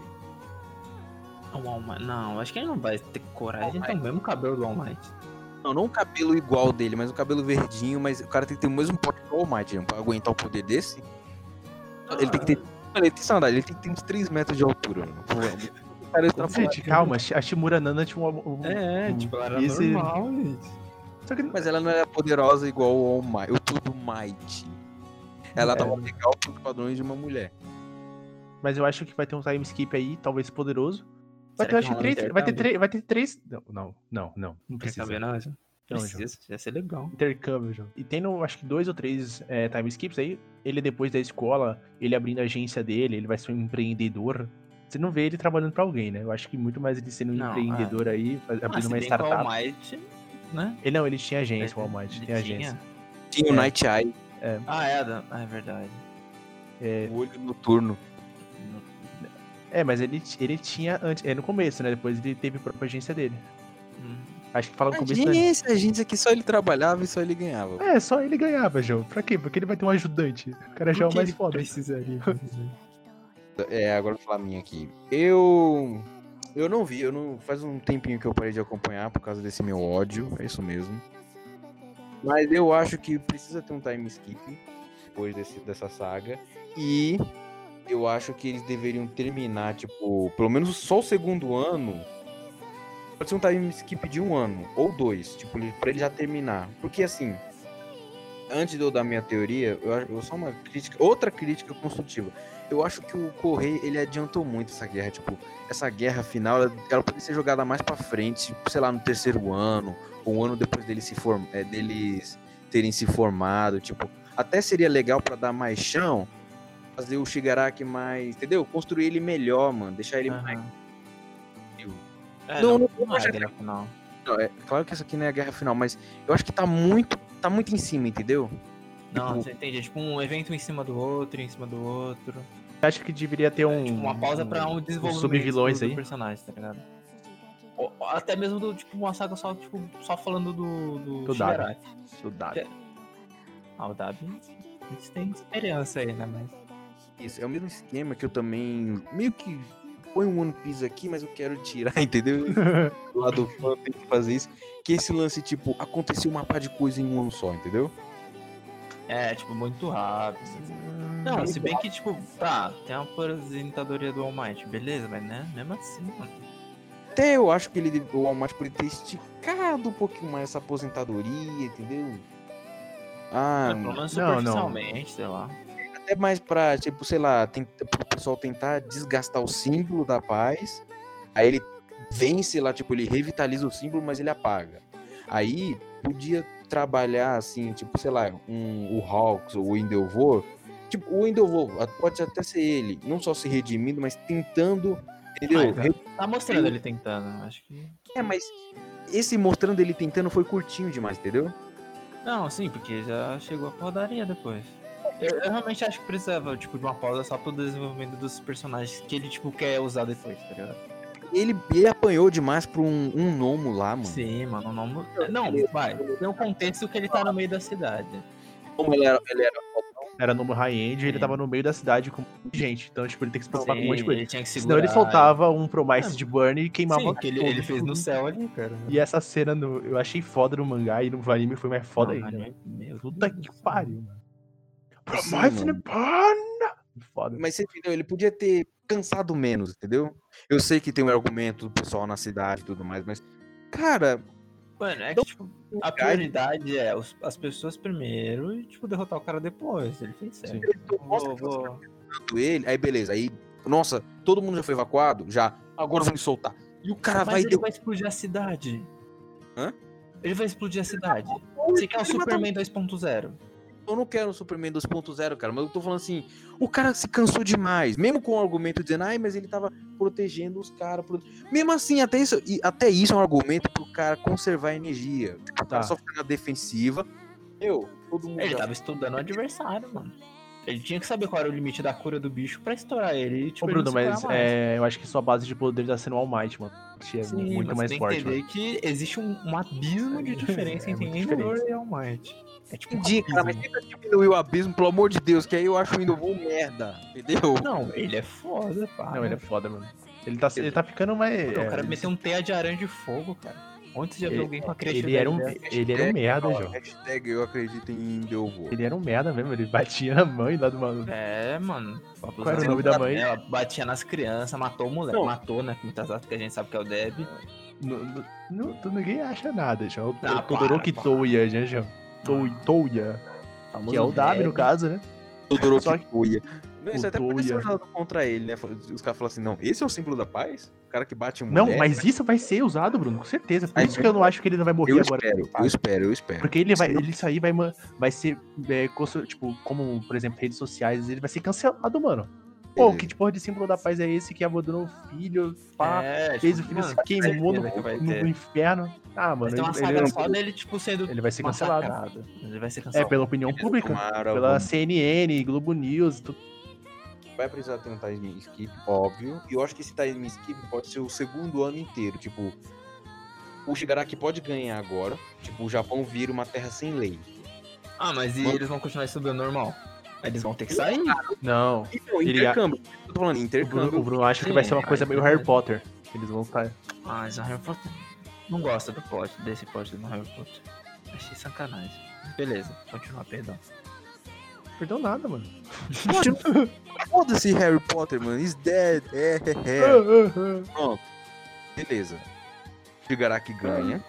Não, acho que ele não vai ter coragem de ter o mesmo cabelo do All Might. Não um cabelo igual dele, mas um cabelo verdinho, mas o cara tem que ter o mesmo porte do All Might, né? Pra aguentar o poder desse. Ele tem que ter. Ele tem sandália, ele tem que ter uns 3 metros de altura, mano. Gente, calma, a Shimura Nana tinha tipo, ela era esse- normal, gente. Só que Mas ela não era poderosa igual o All Might, o Tudo Might. Ela tava legal pros padrões de uma mulher. Mas eu acho que vai ter um time skip aí, talvez poderoso. Vai Será ter, que acho que rola três. intercâmbio? Vai ter 3. Não Não precisa. quer saber, não? Não, Precisa, ia ser legal. Intercâmbio, João. E tendo, acho que 2 ou 3 time skips aí, ele depois da escola, ele abrindo a agência dele, ele vai ser um empreendedor. Você não vê ele trabalhando pra alguém, né? Eu acho que muito mais ele sendo um Não, empreendedor aí, abrindo Se uma bem que o All startup. Might, né? Ele tinha agência, o All Might, Ele tem agência. Tinha o Night Eye, É verdade. o olho noturno. Mas ele tinha antes, no começo, né? Depois ele teve a própria agência dele. Acho que fala no começo da Agência que só ele trabalhava e só ele ganhava. só ele ganhava, João. Pra quê? Porque ele vai ter um ajudante. O cara já é o mais foda. Precisaria. Agora eu vou falar a minha aqui. Eu não vi, faz um tempinho que eu parei de acompanhar por causa desse meu ódio, é isso mesmo. Mas eu acho que precisa ter um time skip depois dessa saga. E eu acho que eles deveriam terminar, tipo, pelo menos só o segundo ano. Pode ser um time skip de 1 ano, ou 2, tipo, pra ele já terminar. Porque assim, antes de eu dar minha teoria, eu só uma crítica, outra crítica construtiva. Eu acho que o Correio, ele adiantou muito essa guerra, tipo, essa guerra final, ela poderia ser jogada mais pra frente, sei lá, no terceiro ano, ou um ano depois deles terem se formado, tipo, até seria legal pra dar mais chão, fazer o Shigaraki mais, entendeu? Construir ele melhor, mano, deixar ele mais... Não é a guerra final. Não, claro que isso aqui não é a guerra final, mas eu acho que tá muito em cima, entendeu? Não, você entende? É tipo um evento em cima do outro. Acho que deveria ter Tipo, uma pausa pra um desenvolvimento sub-vilões aí. do personagem, tá ligado? Ou até mesmo uma saga só falando do Shigaraki. Do Dabi. O Dabi, a gente tem experiência aí, né? Mas... Isso, é o mesmo esquema que eu também meio que põe um One Piece aqui, mas eu quero tirar, entendeu? Do lado do fã tem que fazer isso. Que esse lance, tipo, aconteceu uma par de coisa em um ano só, entendeu? Tipo, muito rápido. Não, se bem que, tipo, tem uma aposentadoria do All Might, beleza, mas né, mesmo assim, mano. Até eu acho que o All Might poderia ter esticado um pouquinho mais essa aposentadoria, entendeu? Pelo menos superficialmente, sei lá. Até mais pra, tipo, sei lá, pro pessoal tentar desgastar o símbolo da paz. Aí ele vence lá, tipo, ele revitaliza o símbolo, mas ele apaga. Aí podia trabalhar assim, tipo, sei lá, o Hawks ou o Endeavor. Tipo, o Endeavor pode até ser ele, não só se redimindo, mas tentando, entendeu? Tá mostrando ele tentando, acho que... Mas esse mostrando ele tentando foi curtinho demais, entendeu? Não, sim, porque já chegou a porradaria depois. Eu realmente acho que precisava, tipo, de uma pausa só pro desenvolvimento dos personagens que ele, tipo, quer usar depois, tá ligado? Ele apanhou demais pra um gnomo lá, mano. Sim, mano, não... Não, vai. Tem um contexto que ele tá no meio da cidade. Como ele era Era no high-end e ele Sim. tava no meio da cidade com um monte de gente. Então, tipo, ele tem que se preocupar com um monte de Sim, coisa. ele tinha que Senão segurar. ele soltava um Promise Mano, de Burn e queimava Sim, que ele todo, fez tipo, no céu ali, cara. E essa cena eu achei foda no mangá e no anime foi mais foda Não, ainda. mano, meu Puta Deus que do céu. pariu, mano. Sim, Promise de mano. Burn! Foda. Mas você entendeu? Ele podia ter cansado menos, entendeu? Eu sei que tem um argumento do pessoal na cidade e tudo mais, mas. Cara, Mano, é que, tipo, a prioridade é as pessoas primeiro e, tipo, derrotar o cara depois. Ele fez certo. Vou... tanto ele, aí beleza, aí. Nossa, todo mundo já foi evacuado? Já. Agora vamos soltar. E o cara Mas vai. ele vai explodir a cidade. Hã? Ele vai explodir a cidade. Você quer o Superman 2.0? Eu não quero o Superman 2.0, cara, mas eu tô falando assim, o cara se cansou demais, mesmo com o argumento dizendo, ai, mas ele tava protegendo os caras. Mesmo assim, até isso é um argumento pro cara conservar a energia. O cara só fica na defensiva. Todo mundo Ele já... tava estudando o adversário, mano. Ele tinha que saber qual era o limite da cura do bicho pra estourar ele. E, tipo, Ô, ele não Bruno, se curar mas mais. eu acho que sua base de poder tá sendo All Might, mano. Que é Sim, muito mas mais tem forte, que entender mano. que existe um abismo de diferença É entre muito Endeavor diferente. e All Might. É tipo um Entendi, cara, mas abismo. tenta diminuir o abismo, pelo amor de Deus, que aí eu acho o Endeavor um merda, entendeu? Não, ele é foda, pá. Não, ele é foda, mano. Ele tá ficando mais. Mano, o cara meteu um teia de aranha de fogo, cara. Antes de ver alguém com a criatividade Ele era um merda, João. Hashtag eu acredito em Endeavor. Ele era um merda mesmo, ele batia na mãe lá do maluco. É, mano. Qual era o nome da mãe? Ela batia nas crianças, matou o moleque. Não. Matou, né? Com muitas aspas, que a gente sabe que é o Deb. Ninguém acha nada, João. Ah, O Todoroki para. Touya, né, João? Touya. Que é o W, no caso, né? Todoroki Só que- Touya. Não, isso o até pode ser Touya. usado contra ele, né? Os caras falam assim, não, esse é o símbolo da paz? O cara que bate em Não, mulher? mas isso vai ser usado, Bruno, com certeza. Por Aí, isso que eu não acho que ele não vai morrer eu agora. espero. Porque isso aí vai ser, tipo, como, por exemplo, redes sociais, ele vai ser cancelado, mano. Pô, Beleza. que tipo de símbolo da paz é esse que abandonou o filho, pá, É, fez tipo, o filho mano, se queimou certeza que vai no ter. inferno. Ah, Vai mano, ter uma saga só dele, tipo, sendo ele vai ser cancelado. massacrado. Ele vai ser É, cancelado. pela opinião pública, Tomara, pela vamos. CNN, Globo News, tudo. Vai precisar ter um time skip, óbvio. E eu acho que esse time skip pode ser o segundo ano inteiro. Tipo, o Shigaraki pode ganhar agora. Tipo, o Japão vira uma terra sem lei. Ah, mas e eles vão continuar estudando normal? Eles vão ter que sair. Não, Então, Ele- intercâmbio. Eu tô falando, o intercâmbio. Bruno acha que vai ser uma coisa meio Harry Potter. Eles vão estar... Ah, mas o Harry Potter não gosta do plot, desse plot do Harry Potter. Achei sacanagem. Beleza, continua, perdão. Perdão nada, mano. Foda-se Harry Potter, mano. He's dead. Pronto. Beleza. Shigaraki ganha.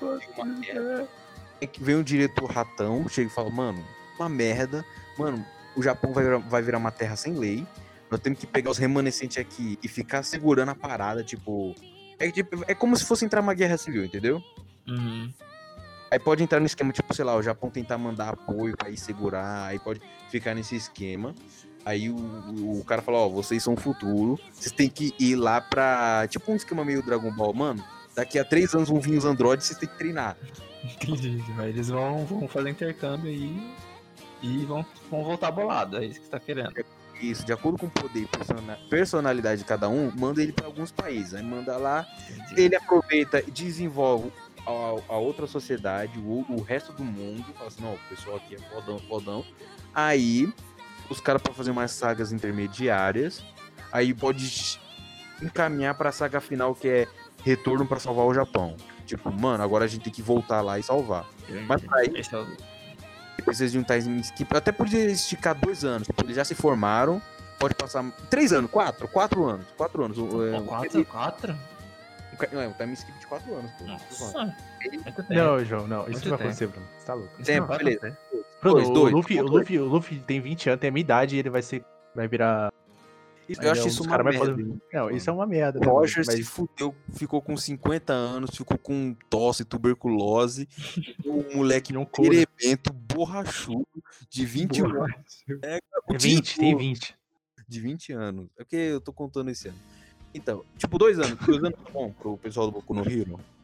Vem um diretor ratão, chega e fala, mano, uma merda. Mano, o Japão vai virar uma terra sem lei. Nós temos que pegar os remanescentes aqui e ficar segurando a parada, tipo... É como se fosse entrar uma guerra civil, entendeu? Uhum. Aí pode entrar no esquema, tipo, sei lá, o Japão tentar mandar apoio pra ir segurar, aí pode ficar nesse esquema. Aí o cara fala, ó, vocês são o futuro, vocês têm que ir lá pra... Tipo um esquema meio Dragon Ball, mano. Daqui a 3 anos vão vir os androides, vocês têm que treinar. Entendi, mas eles vão fazer intercâmbio aí e vão voltar bolado, é isso que você tá querendo. Isso, de acordo com o poder e personalidade de cada um, manda ele pra alguns países. Aí manda lá, Entendi. ele aproveita e desenvolve a outra sociedade, o resto do mundo. Fala assim, não, o pessoal aqui é fodão. Aí, os caras podem fazer umas sagas intermediárias. Aí pode encaminhar pra saga final, que é Retorno pra salvar o Japão. Tipo, mano, agora a gente tem que voltar lá e salvar. Mas aí, Esse é o... precisa de um time skip. Até podia esticar 2 anos. Tipo, eles já se formaram. Pode passar 3 anos, 4 anos. 4 anos. Quatro? Não, é um time skip de 4 anos. Pô. Nossa. Não, João, não. Isso Muito não vai tempo. acontecer, Bruno. Você tá louco. Tempo, beleza. Bruno, Dois. O Luffy tem 20 anos, tem a minha idade e ele vai virar... Isso, ele eu é acho um isso dos uma caras mais merda. poderosos. Não, isso é uma merda. O né, mano? Roger se Mas- fudeu, ficou com 50 anos, ficou com tosse, tuberculose. O moleque Não cura. elemento borrachudo de 20 anos. É 20, tem 20. De 20 anos. É porque eu tô contando esse ano. Então, tipo, 2 anos. 2 anos tá bom pro pessoal do Boku no Hero?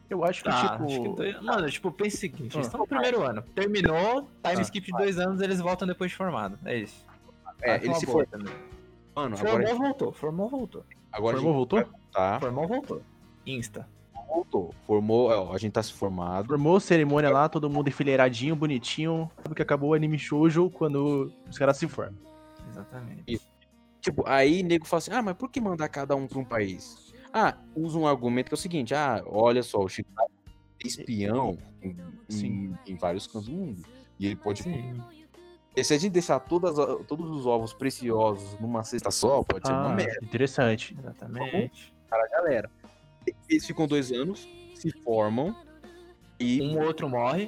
Eu acho que, tipo. Acho que mano, tipo, pensa o seguinte, eles Ah. estão no primeiro ano. Terminou, time Ah. skip de 2 anos, eles voltam depois de formado. É isso. Acho Ele uma se boa for. também. Mano, Formou, voltou. agora Formou, voltou? tá. Formou, voltou. Insta. Voltou. Formou, ó, a gente tá se formado. Formou cerimônia lá, todo mundo enfileiradinho, bonitinho. Sabe que acabou o anime shoujo quando os caras se formam. Exatamente. Isso. Tipo, aí nego fala assim, mas por que mandar cada um pra um país? Usa um argumento que é o seguinte, olha só, o Chicago é espião em vários cantos do mundo. E ele pode... Sim. E se a gente deixar todos os ovos preciosos numa cesta só, pode ser uma merda. Interessante. Exatamente. Para a galera. Eles ficam 2 anos, se formam e... Um ou outro morre.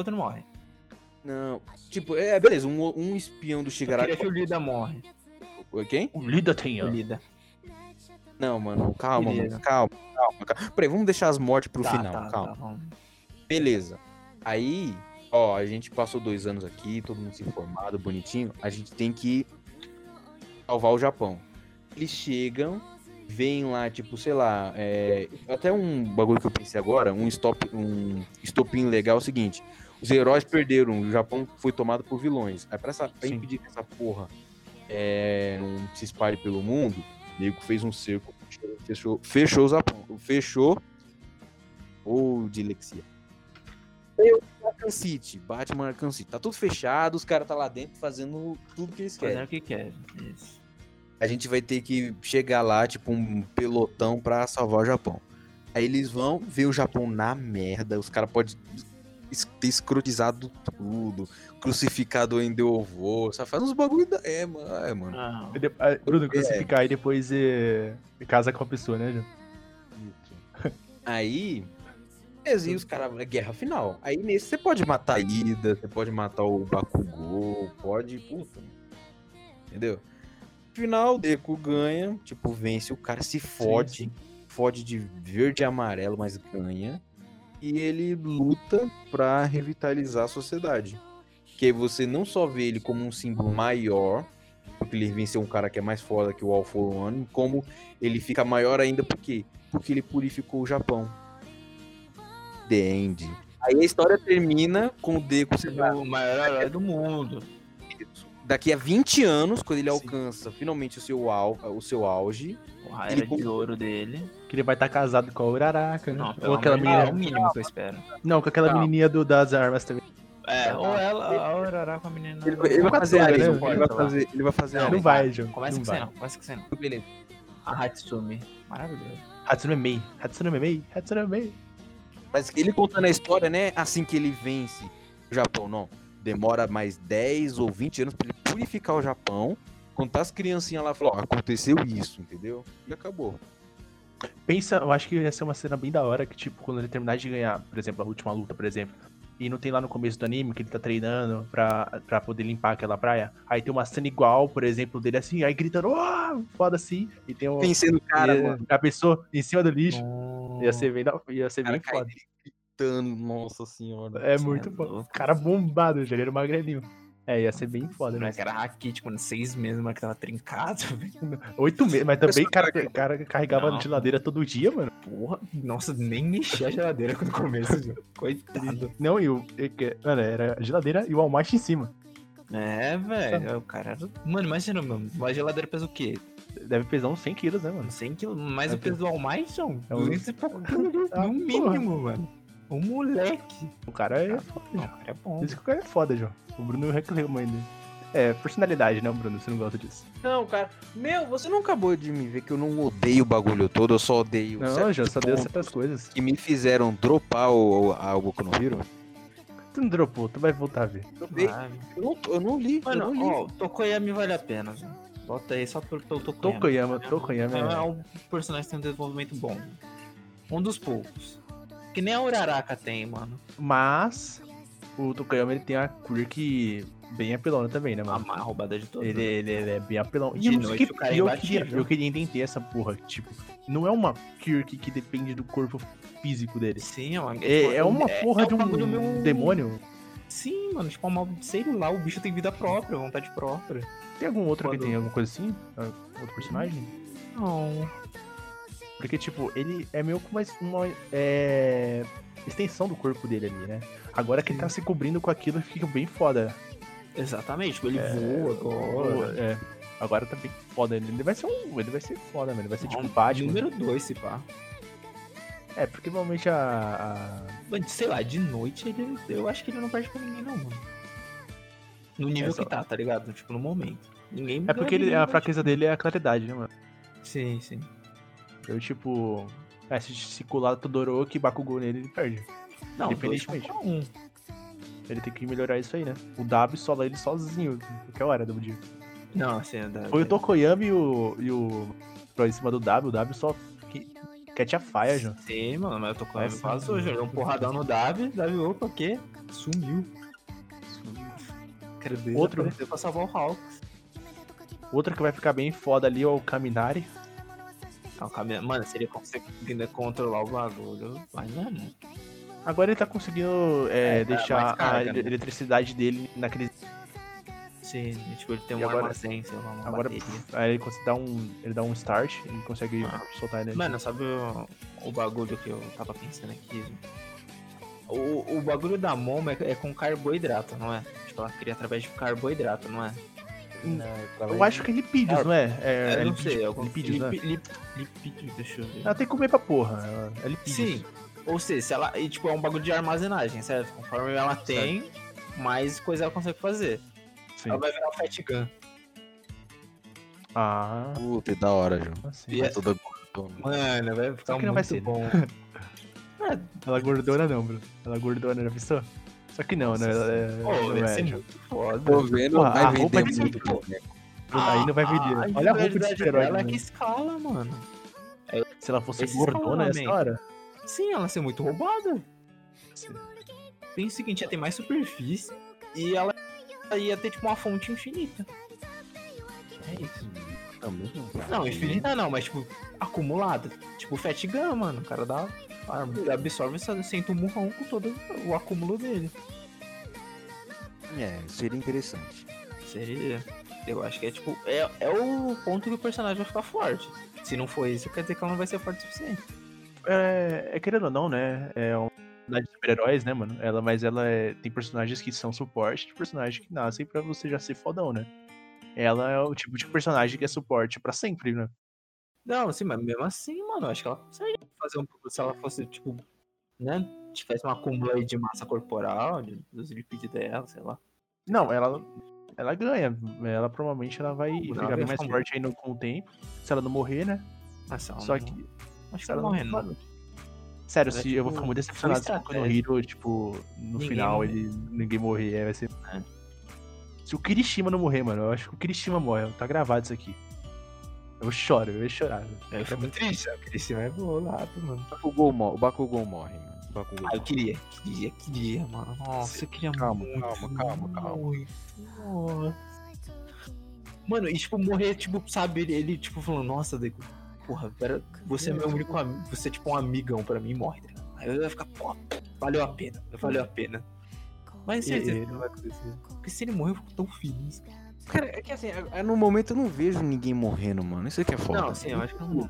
Não, tipo, beleza, um espião do Eu Shigaraki... queria que o Lida morre. Quem? O Lida tem, O ó. Lida. Não, mano, calma, Beleza. mano, calma. Peraí, vamos deixar as mortes pro final, calma. Tá, vamos. Beleza. Aí, a gente passou 2 anos aqui, todo mundo se formado, bonitinho. A gente tem que salvar o Japão. Eles chegam, vêm lá, tipo, sei lá, até um bagulho que eu pensei agora, um estopim legal é o seguinte: os heróis perderam, o Japão foi tomado por vilões. Aí pra impedir que essa porra não se espalhe pelo mundo, o nego fez um cerco, fechou o Japão, fechou ou dilexia. Arkham City, Batman Arkham City. Tá tudo fechado, os caras tá lá dentro fazendo tudo que eles querem. Fazendo o que quer. Isso. A gente vai ter que chegar lá, tipo, um pelotão pra salvar o Japão. Aí eles vão ver o Japão na merda, os caras podem ter escrotizado tudo, crucificado o Endeavor, sabe? Faz uns bagulho mano. Ah, Bruno, crucificar e depois casa com a pessoa, né, João? Aí... E os caras, guerra final. Aí nesse você pode matar a Ida, você pode matar o Bakugou, pode, puta. Entendeu? No final, o Deku ganha, tipo, vence o cara, se fode, fode de verde e amarelo, mas ganha. E ele luta pra revitalizar a sociedade. Que aí você não só vê ele como um símbolo maior, porque ele venceu um cara que é mais foda que o All For One, como ele fica maior ainda, por quê? Porque ele purificou o Japão. The End. Aí a história termina com o Deku sendo o maior herói do mundo. daqui a 20 anos, quando ele alcança finalmente o seu auge. A era de ouro dele. Que ele vai estar casado com a Uraraka, né? Não, Ou aquela menina. é o mínimo que eu espero. Não, com aquela menininha das armas também. Ou ela, a Uraraka com a menina. Ele vai fazer a né? Ele vai fazer Não vai, João. Começa não com vai. você não, começa com você não. Beleza. A Hatsumi. Maravilhoso. Hatsune Mei. Mas ele contando a história, né? Assim que ele vence o Japão, não. Demora mais 10 ou 20 anos pra ele purificar o Japão. Contar as criancinhas lá e falar, aconteceu isso, entendeu? E acabou. Pensa, eu acho que ia ser uma cena bem da hora que, tipo, quando ele terminar de ganhar, por exemplo, a última luta, por exemplo, e não tem lá no começo do anime que ele tá treinando pra poder limpar aquela praia, aí tem uma cena igual, por exemplo, dele assim, aí gritando, foda assim, e tem Vencendo o cara, mano. a pessoa em cima do lixo. Ia ser bem, Cara, bem foda. gritando, nossa senhora. É muito foda. O cara bombado, já ele era magrelinho. Ia ser bem foda, né? Mas era raquítico, mano, 6 meses, mas que tava trincado, velho. 8 meses, mas também cara carregava Não. a geladeira todo dia, mano. Porra, nossa, nem mexia a geladeira no começo, viu? Coitado. Não, mano, era a geladeira e o almoço em cima. É, velho, o cara era... Mano, imagina, mano, uma geladeira pesa o quê? Deve pesar uns 100 quilos, né, mano? 100 quilos, mais o peso do Almighty, É um- 200 e pouco quilos, Ah, no mínimo, mano. Um moleque. O cara é foda, Não, João. é bom. Por isso que o cara é foda, João. O Bruno reclama ainda. Personalidade, né, Bruno? Você não gosta disso. Não, cara. Você não acabou de me ver que eu não odeio o bagulho todo, eu só odeio Não, certos João, só deu pontos certas coisas. que me fizeram dropar a Boku no Hero. Tu não dropou, tu vai voltar a ver. Ah, Eu não li. mano, eu não li. ó, Tokoyami vale a pena, velho. Bota aí só pelo Tokoyami. Tokoyami. É um personagem que tem um desenvolvimento bom. Um dos poucos. Que nem a Uraraka tem, mano. Mas o Tokoyami, ele tem a quirk bem apelona também, né, A mano? mais roubada de todos. Ele é bem apelão. De eu não sei noite o cara é imbatível. eu queria entender essa porra. Tipo, não é uma quirk que depende do corpo físico dele. Sim, É uma porra de um bagulho meio- demônio. Sim, mano, tipo, sei lá, o bicho tem vida própria, vontade própria. Tem algum outro Quando- que tem alguma coisa assim? Outro personagem? Não. Porque, tipo, ele é meio que uma extensão do corpo dele ali, né? Agora que ele tá se cobrindo com aquilo, fica bem foda. Exatamente, tipo, ele voa agora. É. Agora tá bem foda. Ele vai ser foda, mano. Ele vai ser tipo Batman. Número 2, se pá. É, porque normalmente Mas, sei lá, de noite eu acho que ele não perde pra ninguém, não, mano. No nível que tá ligado? Tipo, no momento. Ninguém. É porque a fraqueza dele é a claridade, né, mano? Sim, sim. Eu, tipo. Se colar Todoroki e Bakugou nele, ele perde. Não, independentemente. 2 contra 1. Ele tem que melhorar isso aí, né? O W sola ele sozinho, qualquer hora do dia. Não, assim, Foi o Tokoyami e o Pro em cima do W, o W só quer a faia, já. Sim, mano, mas eu tô com ele Nossa, vazou, já deu um porradão no W, opa, o quê? Sumiu. Quero ver Outro pra salvar o Hawks. Outro que vai ficar bem foda ali é o Kaminari. Mano, se ele conseguir controlar o bagulho, vai mesmo. Agora ele tá conseguindo deixar carga, a né? eletricidade dele naquele. Sim, tipo, ele tem E um agora- armazém, sei lá, uma Agora bateria. aí ele ele dá um start e consegue soltar ele. Mano, sabe o bagulho que eu tava pensando aqui? O bagulho da Momo é com carboidrato, não é? Tipo, ela cria através de carboidrato, não é? Eu acho que é lipídios, não é? Eu não sei, lipídios, né? Lipídios, deixa eu ver. Ela tem que comer pra porra. É lipídios. Sim, ou seja, se ela, e, tipo, é um bagulho de armazenagem, certo? Conforme ela tem, mais coisa ela consegue fazer. Sim. Ela vai virar um Fat Gun. Ah, Puta, é da hora, João. assim. E é- Toda gordona. Mano, vai ficar Só que muito não vai ser. bom. Ela gordona não, Bruno. Ela gordona, já pensou? Só que não, né? Pô, Não vai é, ser já. muito foda. Tô vendo, Porra, a vai roupa vender de muito sempre- boneco. Aí não vai vender. Olha a roupa de individualidade super-herói. dela é né? que escala, mano. Se ela fosse esse gordona, essa escalonamento. hora. Sim, ela ser muito roubada. Tem o seguinte, ia ter mais superfície e ela ia ter, tipo, uma fonte infinita. É isso. Também Não, infinita não, mas, tipo, acumulada. Tipo, Fat Gun, mano. O cara dá arma. Ele absorve e senta um murrão com todo o acúmulo dele. É, seria interessante. Seria. Eu acho que é, tipo, é o ponto que o personagem vai ficar forte. Se não for isso, quer dizer que ela não vai ser forte o suficiente. Querendo ou não, né? É uma personagem de super-heróis, né, mano? Mas ela tem personagens que são suporte e personagens que nascem pra você já ser fodão, né? Ela é o tipo de personagem que é suporte pra sempre, né? Não, sim, mas mesmo assim, mano, eu acho que ela consegue fazer um pouco. Se ela fosse, tipo, né? Tivesse uma acúmulo aí de massa corporal, dos lipídios dela, sei lá. Não, ela ganha. Ela provavelmente ela vai Ela ficar vai bem mais ficar forte aí com o tempo. Se ela não morrer, né? Mas ela Só não- que. Acho se que ela ela não morrer, não. Sério, Ela é, se eu vou tipo, ficar muito decepcionado se full o Boku no estratégia. Hero, tipo, no Ninguém final morrer. ninguém morrer, vai ser. É. Se o Kirishima não morrer, mano, eu acho que o Kirishima morre. Tá gravado isso aqui. Eu ia chorar. Velho. Eu fico muito triste, o Cristiano é bolado, mano. O Bakugou morre, mano. O Bakugou Ah, eu morre. queria, mano. Nossa, eu queria Calma, muito. calma. Muito. Nossa. Mano, e tipo, morrer, tipo, sabe, ele tipo, falando, nossa, Deku, porra, você é meu único amigo, você é tipo um amigão pra mim e morre, tá ligado? Aí eu ia ficar, pô, valeu a pena. Mas certeza que não vai acontecer. Porque se ele morrer, eu fico tão feliz. Cara, é que assim, no momento eu não vejo ninguém morrendo, mano. Isso aqui é foda. Não, sim, eu acho que não.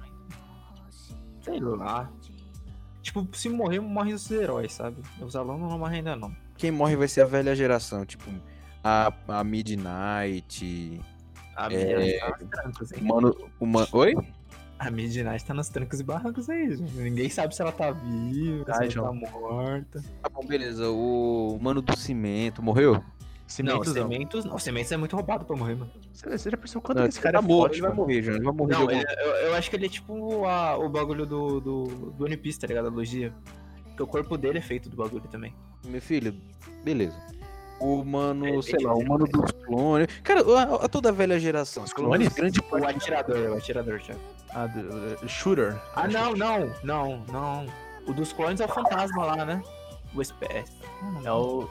Sei lá. Tipo, se morrer, morrem os heróis, sabe? Os alunos não morrem ainda não. Quem morre vai ser a velha geração, tipo, a Midnight. A Midnight tá nos trancos, hein? Oi? A Midnight tá nos trancos e barrancos aí, gente. Ninguém sabe se ela tá viva, se ela João. tá morta. Tá bom, beleza. O mano do cimento morreu? Cimentos não. Cementos não. Cementos é muito roubado pra morrer, mano. Você já pensou quanto Não, que esse cara é morto, forte, ele vai mano? morrer, João. Ele vai morrer de Não, alguma eu acho que ele é tipo o bagulho do One Piece, tá ligado? A Logia. Porque o corpo dele é feito do bagulho também. Meu filho, beleza. O mano, É, sei é lá, o mano dos clones. Cara, toda a velha geração. Os clones? Grande O atirador, Thiago. Ah, do Shooter. Ah, não. O dos clones é o fantasma lá, né? O espécie. É o.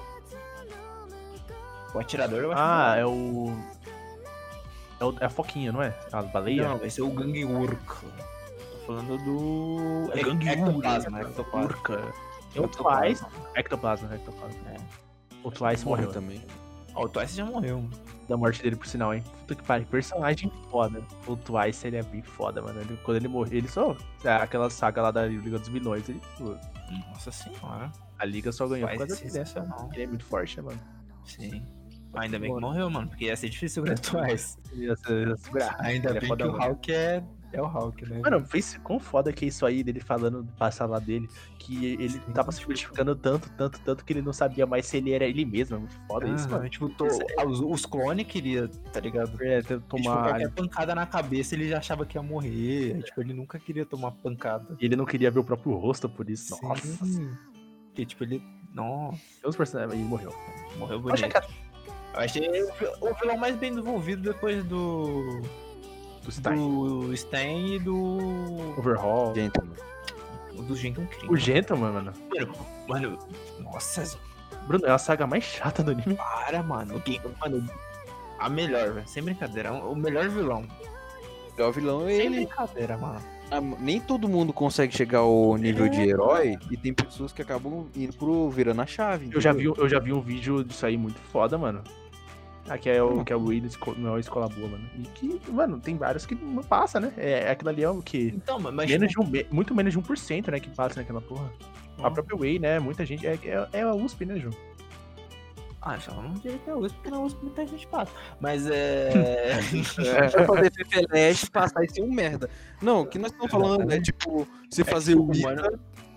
O atirador eu acho Ah, que é o. É a foquinha, não é? A baleia? não, vai ser o Gang Urk. Tô falando do. É Gang Ectoplasma. Urca. Tem o Ectoplasma. Twice. Ectoplasma. É. O Twice morre morreu. também. Ó, o Twice já morreu. Da morte dele, por sinal, hein? Puta que pariu, personagem foda. O Twice, ele é bem foda, mano. Quando ele morreu, ele só... Aquela saga lá da Liga dos Vilões, ele... Nossa senhora. A Liga só ganhou por Twice causa é dele, né? sensacional. Ele é muito forte, né, mano? Sim. Ainda bem que Bora. morreu, mano, porque ia ser difícil segurar o Twice. Ele ia segurar. Ainda Ele é bem foda, que o mano. Hulk é o Hulk, né? Mano, fez quão foda que é isso aí, dele falando do passado lá dele, que ele tava se justificando tanto que ele não sabia mais se ele era ele mesmo. É muito foda isso, mano. Tipo, os clones queriam, tá ligado? É, Tipo, tomar... qualquer pancada na cabeça ele já achava que ia morrer. Aí, tipo, ele nunca queria tomar pancada. Ele não queria ver o próprio rosto por isso. Sim. Nossa. Porque, tipo, ele. Nossa, Tem uns personagens aí, morreu. morreu Eu achei bonito. que Eu achei o vilão mais bem desenvolvido depois do do Stein. do Stan e do Overhaul. Gentleman. do Gentleman. O Gentleman, mano. Mano, nossa, Bruno, é a saga mais chata do anime. para, mano. Mano, a melhor, velho. Sem brincadeira. O melhor vilão. O vilão é Sem ele. brincadeira, mano. Nem todo mundo consegue chegar ao nível de herói e tem pessoas que acabam indo virando a chave. Eu já vi um vídeo disso aí muito foda, mano. Aqui é o Will não é escola boa, mano. E que, mano, tem vários que não passa, né? Aquilo ali é o que? Então, mas Muito menos de 1%, né, que passa naquela porra. A própria Way, né? Muita gente. É a USP, né, Ju? só não diria que é USP, porque na USP muita gente passa. Mas Pra fazer FFLS passar e ser um merda. Não, o que nós estamos falando é tipo, se fazer o ITA. mano,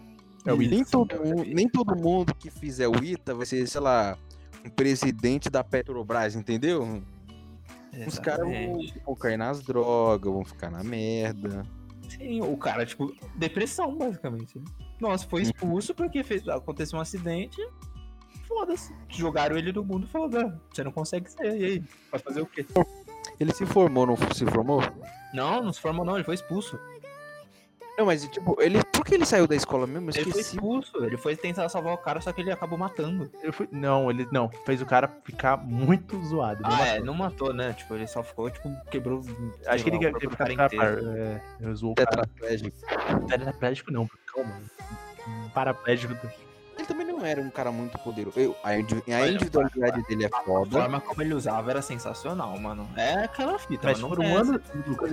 Nem todo mundo que fizer o ITA vai ser, sei lá, um presidente da Petrobras, entendeu? Os caras vão cair nas drogas, vão ficar na merda. Sim, o cara, tipo, depressão, basicamente. Nossa, foi expulso porque aconteceu um acidente. Foda-se. Jogaram ele no mundo e falaram, você não consegue ser, e aí? Vai fazer o quê? Ele se formou, não se formou? Não se formou não, ele foi expulso. Não, mas tipo, por que ele saiu da escola mesmo? Eu Ele foi esqueci. expulso, ele foi tentar salvar o cara, só que ele acabou matando. Ele não. Fez o cara ficar muito zoado. Ele Não matou, né? Tipo, ele só ficou, tipo, quebrou. Acho que ele quer quer ficar ficar inteiro. zoou o cara. Tetraplégico. Tetraplégico não, calma. Paraplégico. Ele também não era um cara muito poderoso. A individualidade dele é A foda. forma como ele usava era sensacional, mano. É aquela fita, Mas mano. foram anos, Lucas,